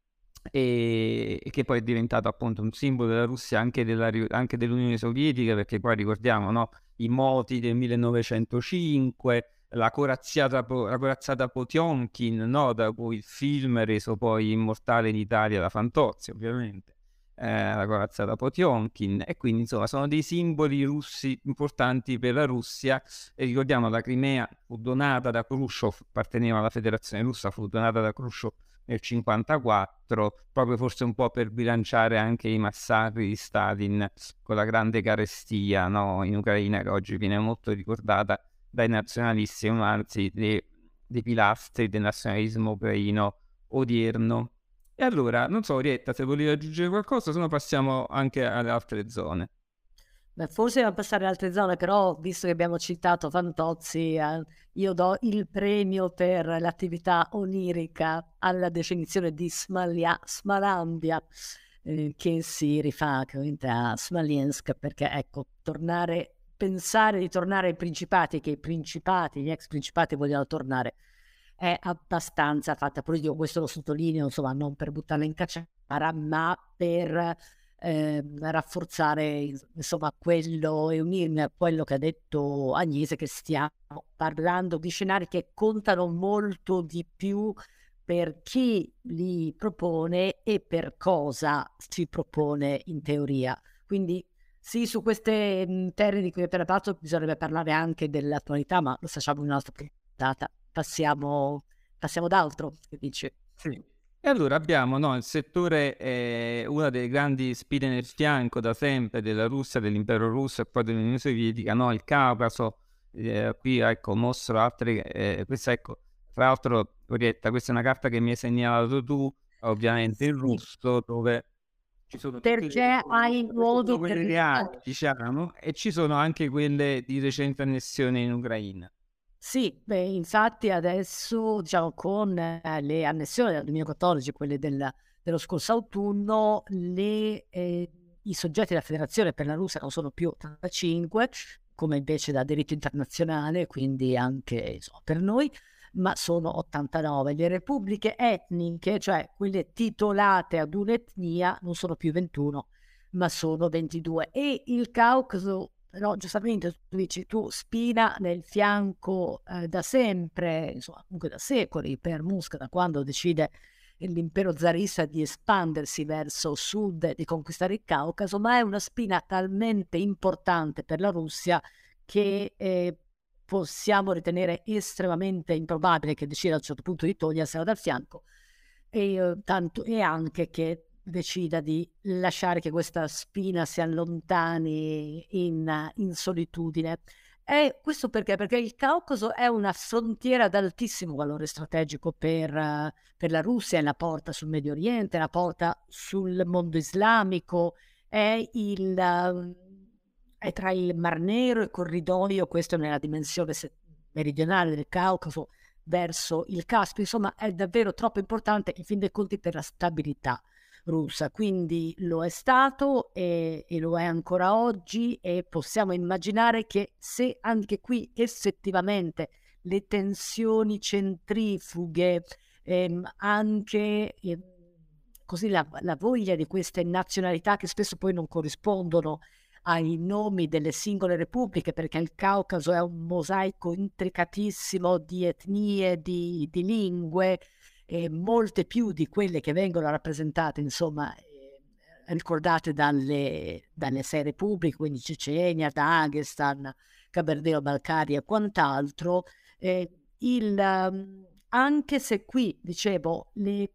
e, e che poi è diventato appunto un simbolo della Russia, anche, della, anche dell'Unione Sovietica, perché poi ricordiamo, no? I moti del millenovecentocinque, la corazziata, la corazzata Potionkin, no? Da cui il film reso poi immortale in Italia da Fantozzi, ovviamente. Eh, la corazzata Potionkin, e quindi insomma sono dei simboli russi importanti per la Russia. E ricordiamo, la Crimea fu donata da Khrushchev, apparteneva alla Federazione Russa, fu donata da Khrushchev nel cinquantaquattro, proprio forse un po' per bilanciare anche i massacri di Stalin con la grande carestia, no? In Ucraina, che oggi viene molto ricordata dai nazionalisti, anzi dei, dei pilastri del nazionalismo ucraino odierno. E allora, non so, Orietta, se volevi aggiungere qualcosa, se no passiamo anche alle altre zone. Beh, forse dobbiamo passare ad altre zone, però visto che abbiamo citato Fantozzi, eh, io do il premio per l'attività onirica alla definizione di Smalia, Smalandia, eh, che si rifà chiaramente a Smolensk, perché ecco, tornare, pensare di tornare ai principati, che i principati, gli ex principati vogliono tornare, è abbastanza fatta politica. Questo lo sottolineo, insomma, non per buttarla in cacciara, ma per eh, rafforzare, insomma, quello e unirmi a quello che ha detto Agnese, che stiamo parlando di scenari che contano molto di più per chi li propone e per cosa si propone in teoria. Quindi sì, su queste mh, termini di cui abbiamo parlato bisognerebbe parlare anche dell'attualità, ma lo facciamo in un'altra puntata. Passiamo, passiamo ad altro, che dici? Sì. E allora abbiamo, no, il settore, eh, una delle grandi spine nel fianco da sempre della Russia, dell'impero russo e poi dell'Unione Sovietica, no, il Caucaso. Eh, qui ecco, mostro altre, eh, questa ecco, tra l'altro, Orietta, questa è una carta che mi hai segnalato tu, ovviamente in russo, dove ci sono tutte Perché le, hai luoghi quelle per- reali, diciamo, e ci sono anche quelle di recente annessione in Ucraina. Sì, beh, infatti adesso, diciamo, con eh, le annessioni del duemilaquattordici, quelle del- dello scorso autunno, le, eh, i soggetti della Federazione per la Russia non sono più trentacinque, come invece da diritto internazionale, quindi anche insomma, per noi, ma sono ottantanove. Le repubbliche etniche, cioè quelle titolate ad un'etnia, non sono più ventuno, ma sono ventidue. E il Caucaso, no, giustamente tu dici, tu spina nel fianco eh, da sempre, insomma, comunque da secoli per Mosca, da quando decide l'impero zarista di espandersi verso sud e di conquistare il Caucaso, ma è una spina talmente importante per la Russia che eh, possiamo ritenere estremamente improbabile che decida a un certo punto di togliersela dal fianco, e, eh, tanto, e anche che decida di lasciare che questa spina si allontani in, in solitudine. E questo perché? Perché il Caucaso è una frontiera ad altissimo valore strategico per, uh, per la Russia, è la porta sul Medio Oriente, è la porta sul mondo islamico, è, il, uh, è tra il Mar Nero e il corridoio, questo nella dimensione meridionale del Caucaso, verso il Caspio, insomma è davvero troppo importante in fin dei conti per la stabilità russa, quindi lo è stato e, e lo è ancora oggi, e possiamo immaginare che se anche qui effettivamente le tensioni centrifughe, ehm, anche ehm, così la, la voglia di queste nazionalità che spesso poi non corrispondono ai nomi delle singole repubbliche, perché il Caucaso è un mosaico intricatissimo di etnie, di, di lingue, e molte più di quelle che vengono rappresentate, insomma, eh, ricordate dalle, dalle sei repubbliche, quindi Cecenia, Dagestan, Kabardeo-Balcaria e quant'altro. Eh, il, um, anche se qui, dicevo, le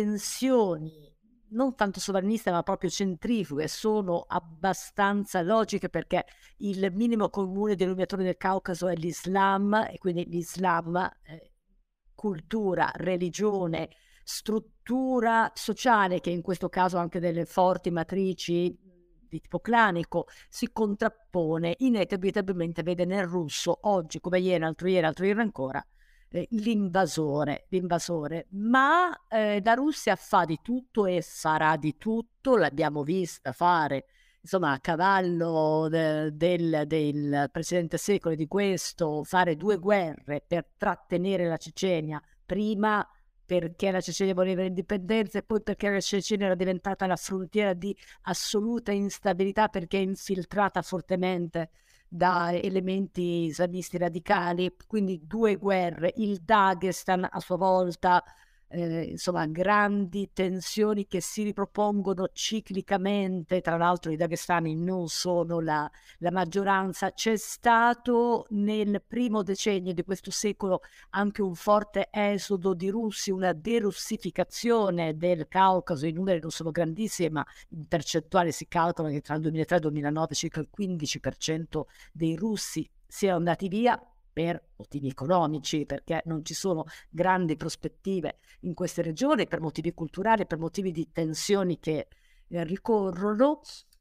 tensioni non tanto sovraniste ma proprio centrifughe sono abbastanza logiche, perché il minimo comune denominatore del Caucaso è l'Islam, e quindi l'Islam, eh, cultura, religione, struttura sociale, che in questo caso anche delle forti matrici di tipo clanico, si contrappone inevitabilmente, vede nel russo oggi come ieri, altro ieri, altro ieri ancora, eh, l'invasore, l'invasore. Ma eh, la Russia fa di tutto e farà di tutto, l'abbiamo vista fare, insomma, a cavallo de, del, del precedente secolo di questo, fare due guerre per trattenere la Cecenia, prima perché la Cecenia voleva l'indipendenza e poi perché la Cecenia era diventata la frontiera di assoluta instabilità, perché è infiltrata fortemente da elementi islamisti radicali, quindi due guerre. Il Dagestan a sua volta, eh, insomma, grandi tensioni che si ripropongono ciclicamente. Tra l'altro i dagestani non sono la, la maggioranza. C'è stato nel primo decennio di questo secolo anche un forte esodo di russi, una derussificazione del Caucaso. I numeri non sono grandissimi, ma in percentuale si calcola che tra il duemilatré e il duemilanove circa il quindici per cento dei russi siano andati via per motivi economici, perché non ci sono grandi prospettive in queste regioni, per motivi culturali, per motivi di tensioni che eh, ricorrono.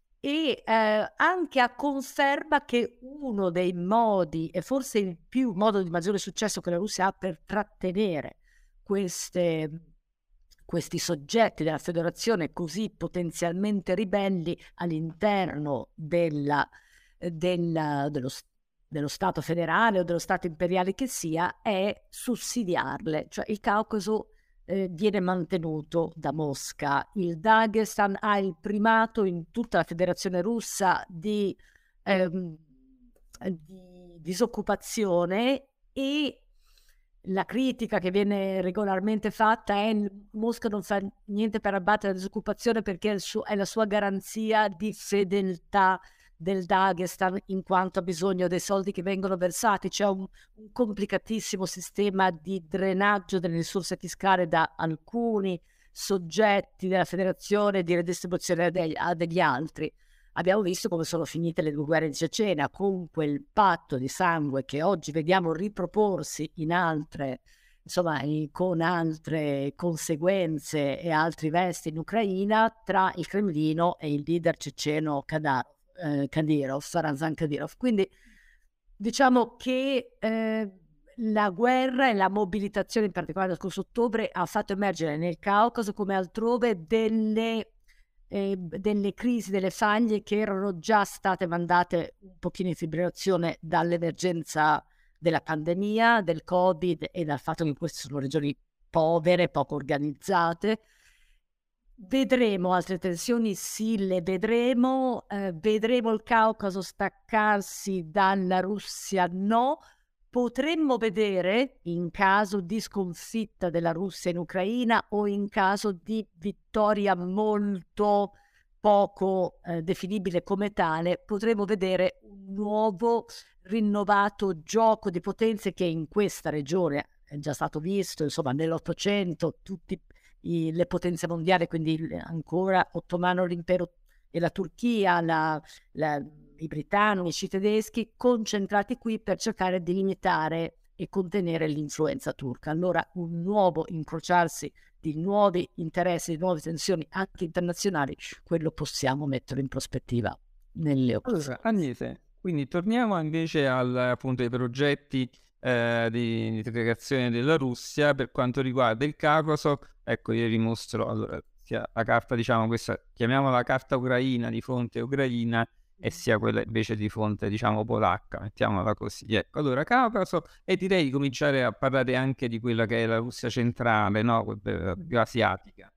E eh, anche a conferma che uno dei modi, e forse il più modo di maggiore successo che la Russia ha per trattenere queste, questi soggetti della federazione così potenzialmente ribelli all'interno della, della, dello, dello Stato federale o dello Stato imperiale che sia, è sussidiarle. Cioè il Caucaso eh, viene mantenuto da Mosca. Il Dagestan ha il primato in tutta la federazione russa di, ehm, di disoccupazione, e la critica che viene regolarmente fatta è: Mosca non fa niente per abbattere la disoccupazione perché è, il suo, è la sua garanzia di fedeltà del Dagestan, in quanto ha bisogno dei soldi che vengono versati. C'è un, un complicatissimo sistema di drenaggio delle risorse fiscali da alcuni soggetti della federazione, di redistribuzione degli, a degli altri. Abbiamo visto come sono finite le due guerre di Cecenia, con quel patto di sangue che oggi vediamo riproporsi in altre, insomma, con altre conseguenze e altri vesti in Ucraina, tra il Cremlino e il leader ceceno Kadyrov. Eh, Kadyrov, Ramzan Kadyrov. Quindi diciamo che eh, la guerra e la mobilitazione, in particolare lo scorso ottobre, ha fatto emergere nel Caucaso come altrove delle, eh, delle crisi, delle faglie che erano già state mandate un pochino in fibrillazione dall'emergenza della pandemia, del Covid e dal fatto che queste sono regioni povere, poco organizzate. Vedremo altre tensioni, sì, le vedremo, eh, vedremo il Caucaso staccarsi dalla Russia, no. Potremmo vedere, in caso di sconfitta della Russia in Ucraina o in caso di vittoria molto poco eh, definibile come tale, potremmo vedere un nuovo rinnovato gioco di potenze che in questa regione è già stato visto, insomma, nell'Ottocento tutti I, le potenze mondiali, quindi ancora ottomano, l'impero e la Turchia, la, la, i britannici, i tedeschi, concentrati qui per cercare di limitare e contenere l'influenza turca. Allora un nuovo incrociarsi di nuovi interessi, di nuove tensioni anche internazionali, quello possiamo metterlo in prospettiva nelle opzioni. Allora, Agnese, quindi torniamo invece al, appunto, ai progetti eh, di, di creazione della Russia. Per quanto riguarda il Caucaso, ecco, io vi mostro allora sia la carta, diciamo, questa chiamiamola carta ucraina, di fonte ucraina, e sia quella invece di fonte, diciamo, polacca, mettiamola così. Ecco, allora Caucaso, e direi di cominciare a parlare anche di quella che è la Russia centrale, no? Quella più asiatica.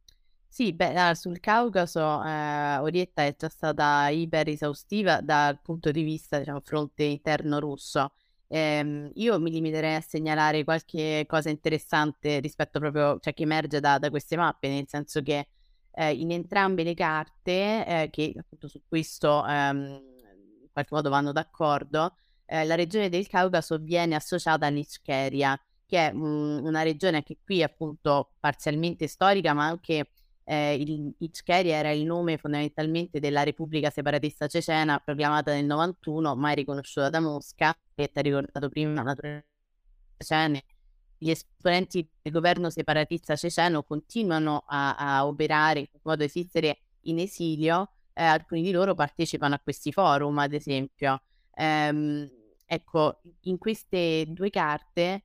Sì, beh, ah, sul Caucaso, eh, Orietta è già stata iper esaustiva dal punto di vista, diciamo, fronte interno russo. Ehm, io mi limiterei a segnalare qualche cosa interessante rispetto proprio, cioè che emerge da, da queste mappe, nel senso che eh, in entrambe le carte, eh, che appunto su questo ehm, in qualche modo vanno d'accordo, eh, la regione del Caucaso viene associata all'Ichkeria, che è mm, una regione anche qui appunto parzialmente storica, ma anche eh, il Ichkeria era il nome fondamentalmente della Repubblica Separatista Cecena, proclamata nel novantuno, mai riconosciuta da Mosca, che ti ha ricordato prima, naturalmente, cecene. Gli esponenti del governo separatista ceceno continuano a, a operare, in qualche modo a esistere in esilio. Eh, alcuni di loro partecipano a questi forum, ad esempio. Ehm, ecco, in queste due carte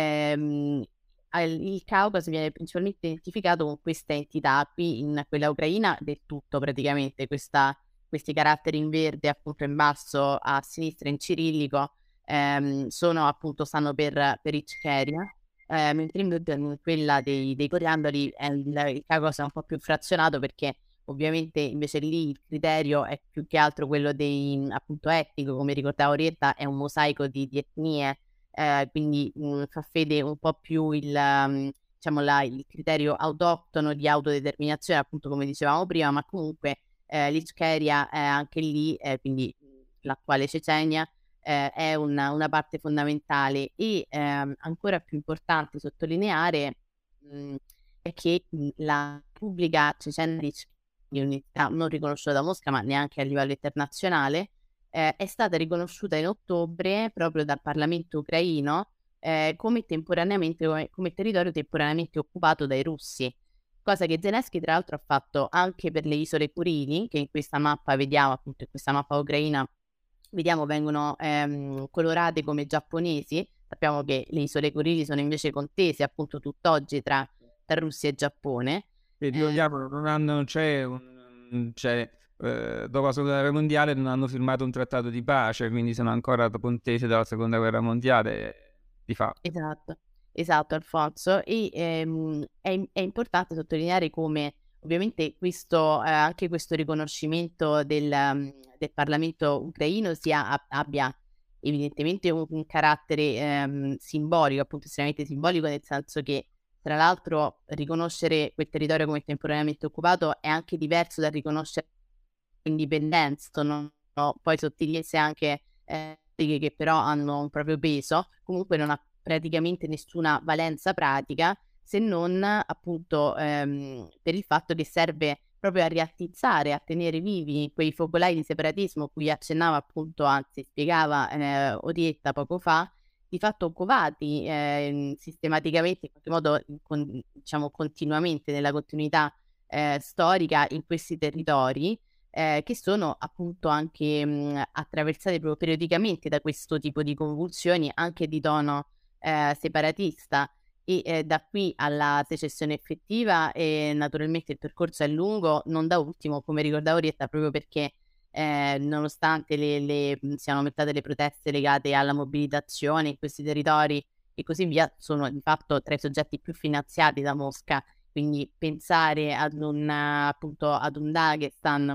ehm, al- il Caucaso viene principalmente identificato con questa entità, qui in quella ucraina del tutto praticamente, questa, questi caratteri in verde appunto in basso a sinistra in cirillico ehm, sono appunto, stanno per, per Ichkeria, eh, mentre invece in quella dei, dei coriandoli è il, il Caucaso è un po' più frazionato perché ovviamente invece lì il criterio è più che altro quello dei appunto etnico, come ricordava Orietta, è un mosaico di, di etnie, eh, quindi mh, fa fede un po' più il, um, diciamo la, il criterio autoctono di autodeterminazione, appunto come dicevamo prima, ma comunque eh, l'Ichkeria è anche lì, eh, quindi l'attuale Cecenia, eh, è una, una parte fondamentale e ehm, ancora più importante sottolineare mh, è che mh, la Repubblica Cecena di unità non riconosciuta da Mosca, ma neanche a livello internazionale, eh, è stata riconosciuta in ottobre proprio dal Parlamento ucraino eh, come temporaneamente come, come territorio temporaneamente occupato dai russi. Cosa che Zelensky tra l'altro ha fatto anche per le isole Kurili, che in questa mappa vediamo, appunto in questa mappa ucraina, vediamo vengono ehm, colorate come giapponesi. Sappiamo che le isole Kurili sono invece contese appunto tutt'oggi tra, tra Russia e Giappone. E Eh, ricordiamo, non hanno, c'è un, c'è, eh, dopo la seconda guerra mondiale non hanno firmato un trattato di pace, quindi sono ancora contesi dalla seconda guerra mondiale di fatto. Esatto, esatto Alfonso. E ehm, è, è importante sottolineare come ovviamente questo, eh, anche questo riconoscimento del, um, del Parlamento ucraino sia, a- abbia evidentemente un, un carattere ehm, simbolico, appunto estremamente simbolico, nel senso che tra l'altro riconoscere quel territorio come temporaneamente occupato è anche diverso dal riconoscere l'indipendenza, sono no, poi sottilezze anche eh, che però hanno un proprio peso, comunque non ha praticamente nessuna valenza pratica se non appunto ehm, per il fatto che serve proprio a riattizzare, a tenere vivi quei focolai di separatismo cui accennava appunto, anzi spiegava eh, Orietta poco fa, di fatto covati eh, sistematicamente, in qualche modo con, diciamo continuamente nella continuità eh, storica in questi territori eh, che sono appunto anche mh, attraversate proprio periodicamente da questo tipo di convulsioni anche di tono eh, separatista e eh, da qui alla secessione effettiva e naturalmente il percorso è lungo, non da ultimo come ricordavo Orietta proprio perché eh, nonostante le, le, mh, siano aumentate le proteste legate alla mobilitazione in questi territori e così via, sono di fatto tra i soggetti più finanziati da Mosca, quindi pensare ad un appunto ad un Dagestan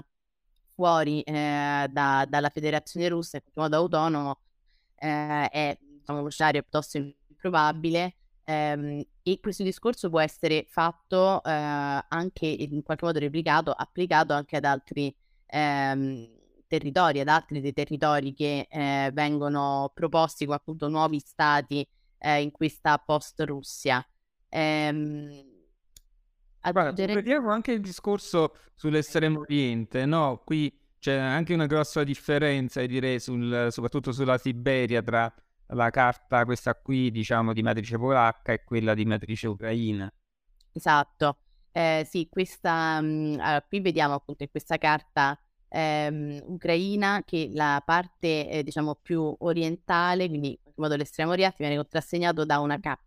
fuori eh, da- dalla federazione russa in qualche modo autonomo eh, è diciamo, uno scenario piuttosto improbabile ehm, e questo discorso può essere fatto eh, anche in qualche modo replicato, applicato anche ad altri ehm, territori, ad altri dei territori che eh, vengono proposti come appunto nuovi stati eh, in questa post-Russia. Ehm, Guarda, aggiungerei completiamo anche il discorso sull'estremo oriente, no? Qui c'è anche una grossa differenza, direi, sul, soprattutto sulla Siberia, tra la carta, questa qui, diciamo, di matrice polacca e quella di matrice ucraina. esatto. Eh, sì, questa, mh, allora, qui vediamo appunto in questa carta ehm, ucraina che la parte, eh, diciamo, più orientale, quindi qualche modo l'estremo oriente viene contrassegnato da una K,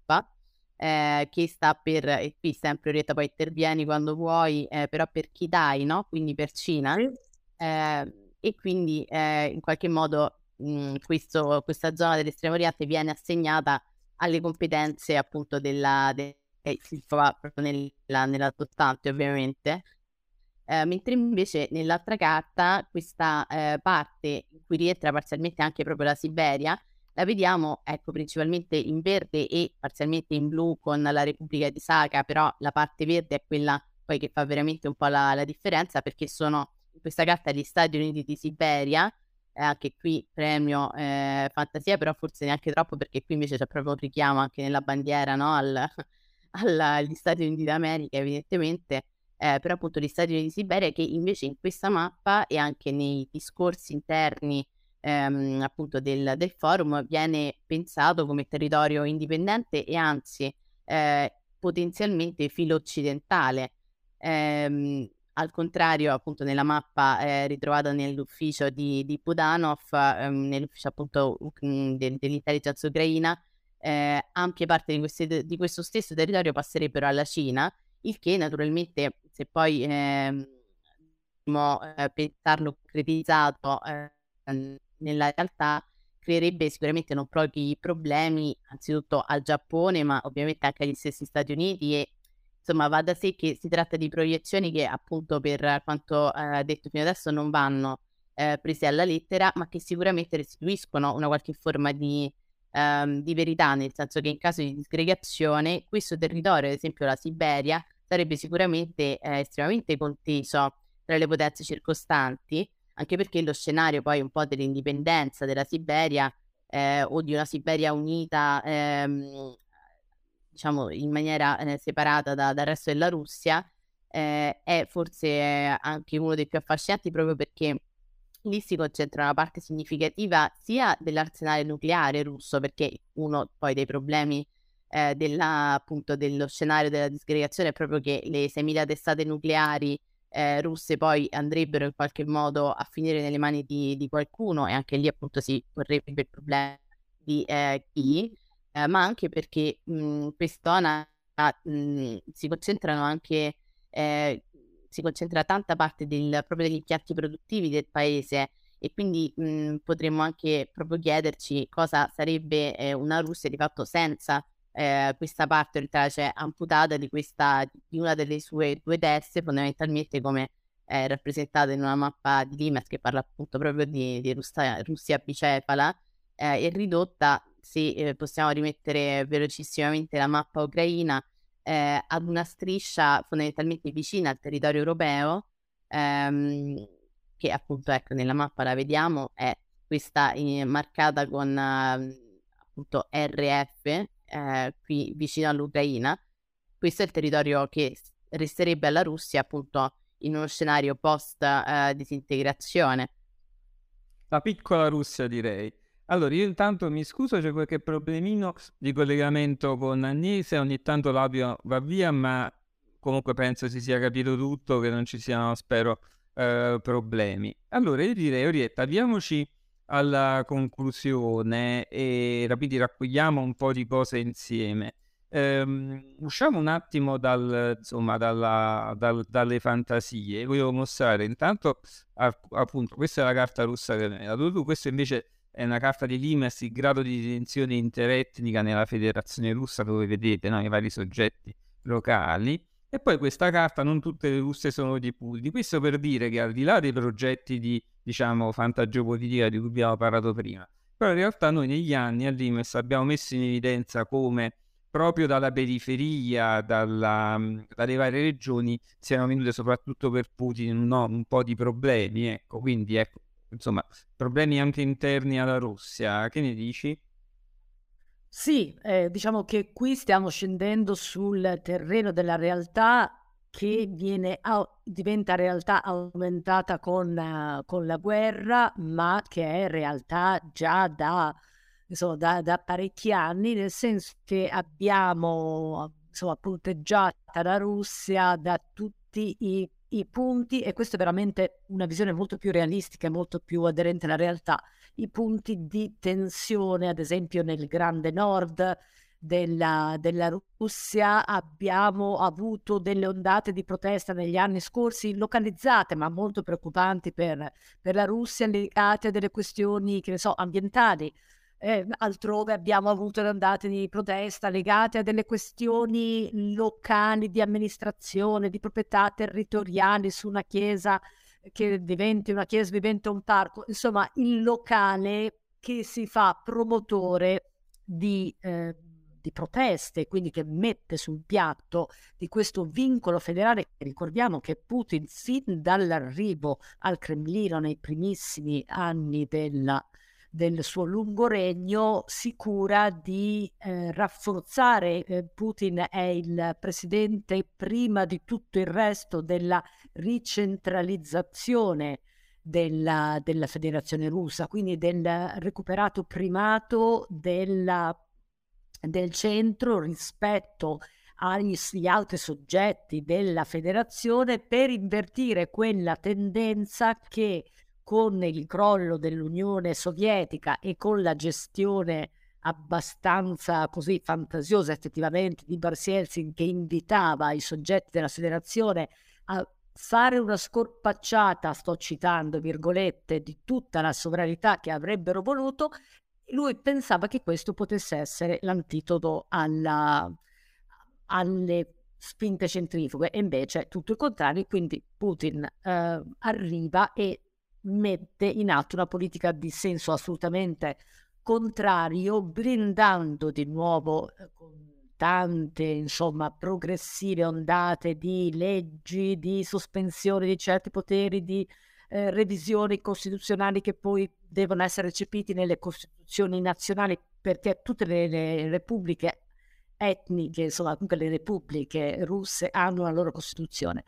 eh, che sta per, e qui sempre Orietta poi intervieni quando vuoi, eh, però per Kitai, no? Quindi per Cina, Sì. eh, e quindi eh, in qualche modo mh, questo, questa zona dell'estremo oriente viene assegnata alle competenze appunto della, de, che si trova proprio nella, nella sottostante ovviamente. Eh, mentre invece nell'altra carta questa eh, parte in cui rientra parzialmente anche proprio la Siberia la vediamo ecco principalmente in verde e parzialmente in blu con la Repubblica di Sakha, però la parte verde è quella poi che fa veramente un po' la, la differenza, perché sono in questa carta gli Stati Uniti di Siberia, eh, anche qui premio eh, fantasia, però forse neanche troppo, perché qui invece c'è proprio un richiamo anche nella bandiera, no? Al, al- agli Stati Uniti d'America evidentemente, eh, però appunto gli Stati Uniti di Siberia, che invece in questa mappa e anche nei discorsi interni ehm, appunto del, del forum viene pensato come territorio indipendente e anzi eh, potenzialmente filo-occidentale. Ehm, al contrario appunto nella mappa eh, ritrovata nell'ufficio di, di Budanov, ehm, nell'ufficio appunto um, del- dell'intelligence ucraina, eh, ampie parti di, queste- di questo stesso territorio passerebbero alla Cina, il che naturalmente, se poi ehm, dobbiamo, eh, pensarlo concretizzato eh, nella realtà, creerebbe sicuramente non pochi problemi, anzitutto al Giappone, ma ovviamente anche agli stessi Stati Uniti. E insomma va da sé che si tratta di proiezioni che appunto per quanto eh, detto fino adesso non vanno eh, prese alla lettera, ma che sicuramente restituiscono una qualche forma di ehm, di verità, nel senso che in caso di disgregazione questo territorio, ad esempio la Siberia, sarebbe sicuramente eh, estremamente conteso tra le potenze circostanti, anche perché lo scenario poi un po' dell'indipendenza della Siberia eh, o di una Siberia unita, ehm, diciamo in maniera eh, separata da- dal resto della Russia, eh, è forse eh, anche uno dei più affascinanti, proprio perché lì si concentra una parte significativa sia dell'arsenale nucleare russo, perché uno poi dei problemi eh, della, appunto, dello scenario della disgregazione è proprio che le seimila testate nucleari eh, russe poi andrebbero in qualche modo a finire nelle mani di, di qualcuno, e anche lì appunto si porrebbe il problema di eh, chi, eh, ma anche perché mh, quest'ona mh, si concentrano anche eh, si concentra tanta parte del, proprio degli impianti produttivi del paese, e quindi mh, potremmo anche proprio chiederci cosa sarebbe eh, una Russia di fatto senza eh, questa parte orientale, cioè amputata di, questa, di una delle sue due teste, fondamentalmente come è rappresentata in una mappa di Limes che parla appunto proprio di, di Russia, Russia bicefala, eh, e ridotta, se eh, possiamo rimettere velocissimamente la mappa ucraina, eh, ad una striscia fondamentalmente vicina al territorio europeo, ehm, che appunto ecco nella mappa la vediamo, è questa eh, marcata con eh, appunto R F, eh, qui vicino all'Ucraina. Questo è il territorio che s- resterebbe alla Russia appunto in uno scenario post eh, disintegrazione. La piccola Russia, direi. Allora, io intanto mi scuso, c'è qualche problemino di collegamento con Agnese, ogni tanto l'audio va via, ma comunque penso si sia capito tutto, che non ci siano, spero, eh, problemi. Allora, io direi, Orietta, avviamoci alla conclusione e rapidi raccogliamo un po' di cose insieme. Ehm, usciamo un attimo dal, insomma, dalla- dal- dalle fantasie. Volevo mostrare intanto, a- appunto, questa è la carta russa che mi hai dato tu, questa invece è una carta di Limes, il grado di tensione interetnica nella federazione russa, dove vedete, no, i vari soggetti locali. E poi questa carta, non tutte le russe sono di Putin. Questo per dire che al di là dei progetti di, diciamo, fantageopolitica di cui abbiamo parlato prima, però in realtà noi negli anni a Limes abbiamo messo in evidenza come proprio dalla periferia, dalla, dalle varie regioni, siano venute soprattutto per Putin no, un po' di problemi, ecco, quindi ecco, insomma, problemi anche interni alla Russia. Che ne dici? Sì, eh, diciamo che qui stiamo scendendo sul terreno della realtà che viene au- diventa realtà aumentata con, eh, con la guerra, ma che è realtà già da, insomma, da, da parecchi anni, nel senso che abbiamo insomma, punteggiata la Russia da tutti i i punti, e questo è veramente una visione molto più realistica e molto più aderente alla realtà, i punti di tensione, ad esempio nel grande nord della, della Russia. Abbiamo avuto delle ondate di protesta negli anni scorsi, localizzate ma molto preoccupanti per, per la Russia, legate a delle questioni, che ne so, ambientali. Eh, altrove abbiamo avuto le ondate di protesta legate a delle questioni locali di amministrazione, di proprietà territoriali su una chiesa che diventi una chiesa, diventa un parco, insomma il locale che si fa promotore di, eh, di proteste, quindi che mette sul piatto di questo vincolo federale. Ricordiamo che Putin fin dall'arrivo al Cremlino nei primissimi anni della del suo lungo regno si cura di eh, rafforzare. eh, Putin è il presidente prima di tutto il resto della ricentralizzazione della, della Federazione Russa, quindi del recuperato primato della, del centro rispetto agli altri soggetti della federazione, per invertire quella tendenza che con il crollo dell'Unione Sovietica e con la gestione abbastanza così fantasiosa effettivamente di Boris Yeltsin, che invitava i soggetti della federazione a fare una scorpacciata, sto citando virgolette, di tutta la sovranità che avrebbero voluto, lui pensava che questo potesse essere l'antidoto alla, alle spinte centrifughe, e invece tutto il contrario. Quindi Putin eh, arriva e mette in atto una politica di senso assolutamente contrario, blindando di nuovo eh, con tante, insomma, progressive ondate di leggi, di sospensione di certi poteri, di eh, revisioni costituzionali che poi devono essere recepiti nelle costituzioni nazionali, perché tutte le, le repubbliche etniche, insomma, comunque le repubbliche russe hanno la loro costituzione.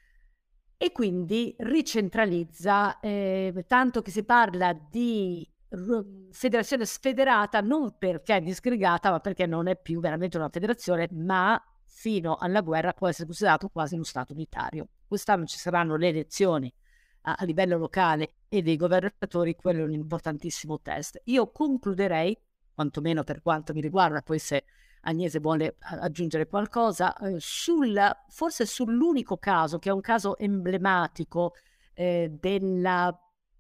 E quindi ricentralizza, eh, tanto che si parla di r- federazione sfederata, non perché è disgregata, ma perché non è più veramente una federazione, ma fino alla guerra può essere considerato quasi uno stato unitario. Quest'anno ci saranno le elezioni a, a livello locale e dei governatori, quello è un importantissimo test. Io concluderei, quantomeno per quanto mi riguarda, poi se Agnese vuole aggiungere qualcosa, eh, sul, forse sull'unico caso, che è un caso emblematico eh, della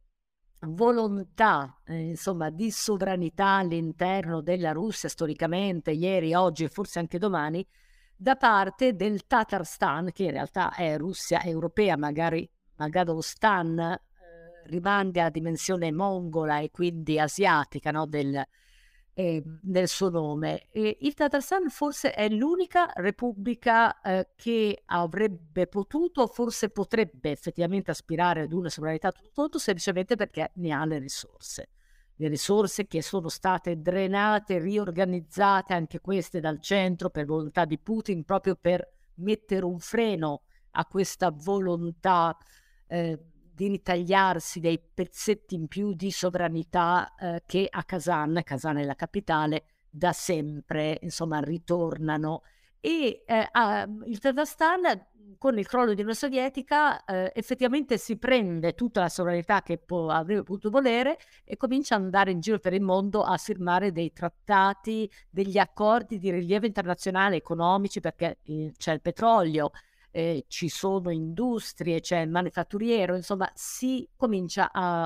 volontà eh, insomma di sovranità all'interno della Russia storicamente, ieri, oggi e forse anche domani, da parte del Tatarstan, che in realtà è Russia europea, magari Magadoustan eh, rimanda alla dimensione mongola e quindi asiatica, no, del Eh, nel suo nome. E il Tatarstan forse è l'unica repubblica eh, che avrebbe potuto, forse potrebbe effettivamente aspirare ad una sovranità tutto tondo, semplicemente perché ne ha le risorse. Le risorse che sono state drenate, riorganizzate anche queste dal centro per volontà di Putin, proprio per mettere un freno a questa volontà eh, di ritagliarsi dei pezzetti in più di sovranità eh, che a Kazan, Kazan è la capitale, da sempre, insomma, ritornano. E eh, a, il Tatarstan, con il crollo dell'Unione Sovietica, eh, effettivamente si prende tutta la sovranità che può, avrebbe potuto volere, e comincia ad andare in giro per il mondo a firmare dei trattati, degli accordi di rilievo internazionale economici, perché eh, c'è il petrolio, Eh, ci sono industrie, c'è il manifatturiero, insomma si comincia a,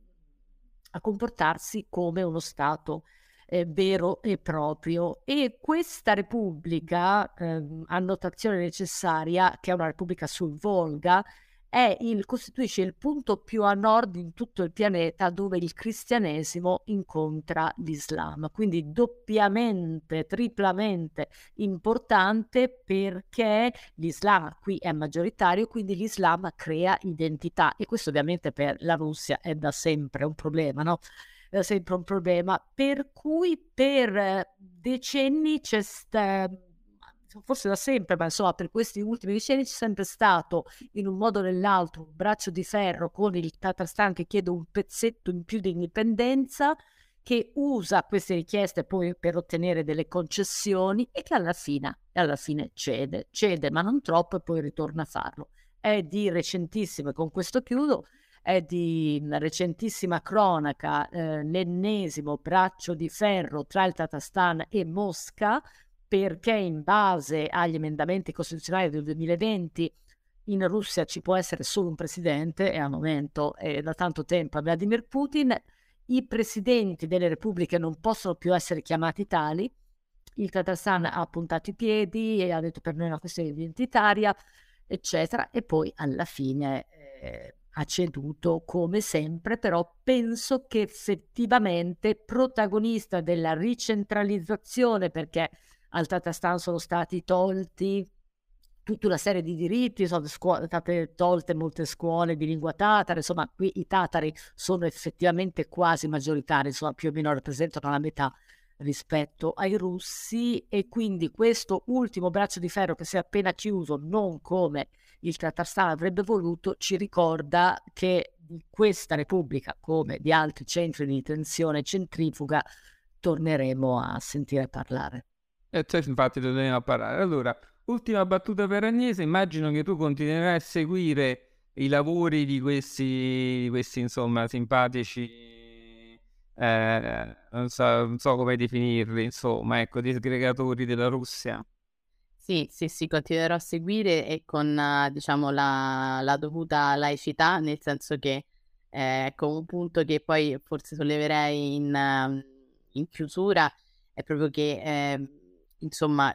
a comportarsi come uno Stato eh, vero e proprio. E questa Repubblica, eh, annotazione necessaria, che è una Repubblica sul Volga, è il, costituisce il punto più a nord in tutto il pianeta dove il cristianesimo incontra l'Islam, quindi doppiamente, triplamente importante, perché l'Islam qui è maggioritario, quindi l'Islam crea identità, e questo ovviamente per la Russia è da sempre un problema, no? È da sempre un problema, per cui per decenni c'è stato, forse da sempre, ma insomma per questi ultimi decenni c'è sempre stato, in un modo o nell'altro, un braccio di ferro con il Tatarstan che chiede un pezzetto in più di indipendenza, che usa queste richieste poi per ottenere delle concessioni, e che alla fine, alla fine cede, cede ma non troppo, e poi ritorna a farlo. è di recentissimo, e con questo chiudo, è di recentissima cronaca eh, l'ennesimo braccio di ferro tra il Tatarstan e Mosca, perché in base agli emendamenti costituzionali del duemilaventi in Russia ci può essere solo un presidente, e al momento è da tanto tempo Vladimir Putin. I presidenti delle repubbliche non possono più essere chiamati tali. Il Tatarstan ha puntato i piedi e ha detto per noi è una questione identitaria, eccetera, e poi alla fine eh, ha ceduto come sempre. Però penso che effettivamente protagonista della ricentralizzazione, perché al Tatarstan sono stati tolti tutta una serie di diritti, sono state tolte molte scuole di lingua tatara, insomma qui i tatari sono effettivamente quasi maggioritari, insomma più o meno rappresentano la metà rispetto ai russi, e quindi questo ultimo braccio di ferro che si è appena chiuso, non come il Tatarstan avrebbe voluto, ci ricorda che di questa repubblica, come di altri centri di tensione centrifuga, torneremo a sentire parlare. E cioè, infatti torneremo a parlare. Allora, ultima battuta per Agnese, immagino che tu continuerai a seguire i lavori di questi, di questi insomma, simpatici, eh, non so, non so come definirli, insomma, ecco, disgregatori della Russia. Sì, sì, sì, continuerò a seguire e con, eh, diciamo, la, la dovuta laicità, nel senso che, eh, ecco, un punto che poi forse solleverei in, ehm, in chiusura è proprio che, eh, insomma,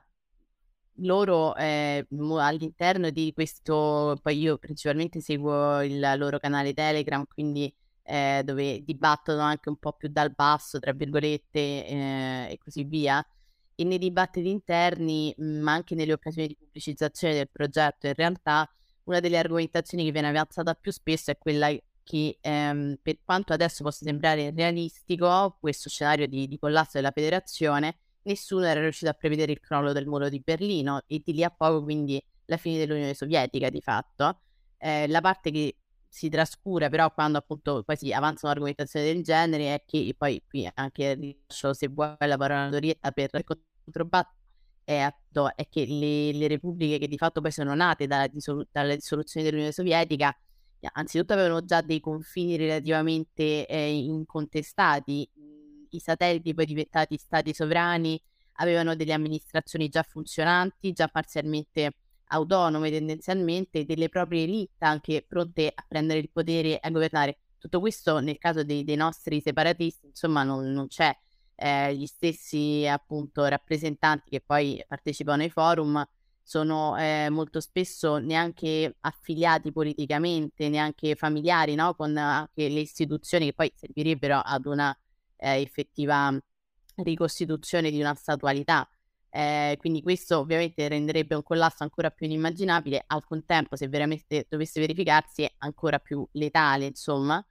loro eh, mo- all'interno di questo, poi io principalmente seguo il loro canale Telegram, quindi eh, dove dibattono anche un po' più dal basso, tra virgolette, eh, e così via. E nei dibattiti interni, mh, ma anche nelle occasioni di pubblicizzazione del progetto, in realtà una delle argomentazioni che viene avanzata più spesso è quella che, ehm, per quanto adesso possa sembrare realistico, questo scenario di, di collasso della federazione, nessuno era riuscito a prevedere il crollo del muro di Berlino e di lì a poco quindi la fine dell'Unione Sovietica di fatto. Eh, la parte che si trascura però quando appunto poi si avanza un'argomentazione del genere è che poi qui anche rilascio, se vuoi, la parola Dorietta per controbattere, è, atto, è che le, le repubbliche che di fatto poi sono nate dalla, dissolu- dalla dissoluzione dell'Unione Sovietica anzitutto avevano già dei confini relativamente eh, incontestati. I satelliti poi diventati stati sovrani avevano delle amministrazioni già funzionanti, già parzialmente autonome tendenzialmente, delle proprie elite anche pronte a prendere il potere e a governare. Tutto questo nel caso dei, dei nostri separatisti, insomma, non, non c'è. Eh, gli stessi appunto rappresentanti che poi partecipano ai forum sono eh, molto spesso neanche affiliati politicamente, neanche familiari, no? Con anche le istituzioni che poi servirebbero ad una eh, effettiva ricostituzione di una statualità. Eh, quindi questo ovviamente renderebbe un collasso ancora più inimmaginabile, al contempo se veramente dovesse verificarsi è ancora più letale, insomma.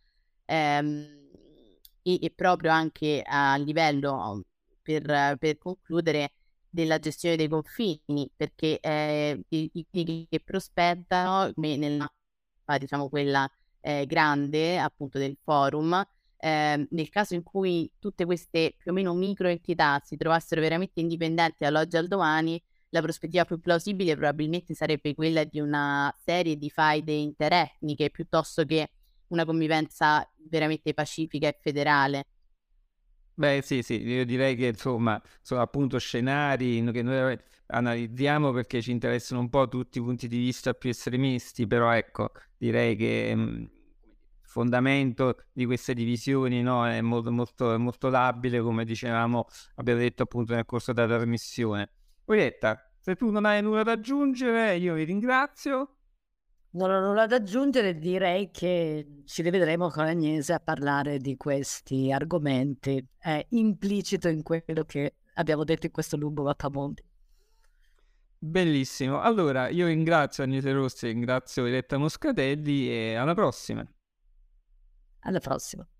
Ehm, e, e proprio anche a livello, per, per concludere, della gestione dei confini, perché eh, i, i che prospettano, come nella mappa, diciamo quella eh, grande appunto del forum, eh, nel caso in cui tutte queste più o meno micro entità si trovassero veramente indipendenti dall'oggi al domani, la prospettiva più plausibile probabilmente sarebbe quella di una serie di faide interetniche piuttosto che una convivenza veramente pacifica e federale. Beh, sì, sì, io direi che insomma sono appunto scenari che noi analizziamo perché ci interessano un po' tutti i punti di vista più estremisti, però ecco, direi che mh, il fondamento di queste divisioni, no, è molto, molto, molto labile, come dicevamo, abbiamo detto appunto nel corso della trasmissione. Orietta, se tu non hai nulla da aggiungere, io vi ringrazio. Non ho nulla da aggiungere, direi che ci rivedremo con Agnese a parlare di questi argomenti. È implicito in quello che abbiamo detto in questo lungo mappamondi. Bellissimo. Allora, io ringrazio Agnese Rossi, ringrazio Orietta Moscatelli e alla prossima. Alla prossima.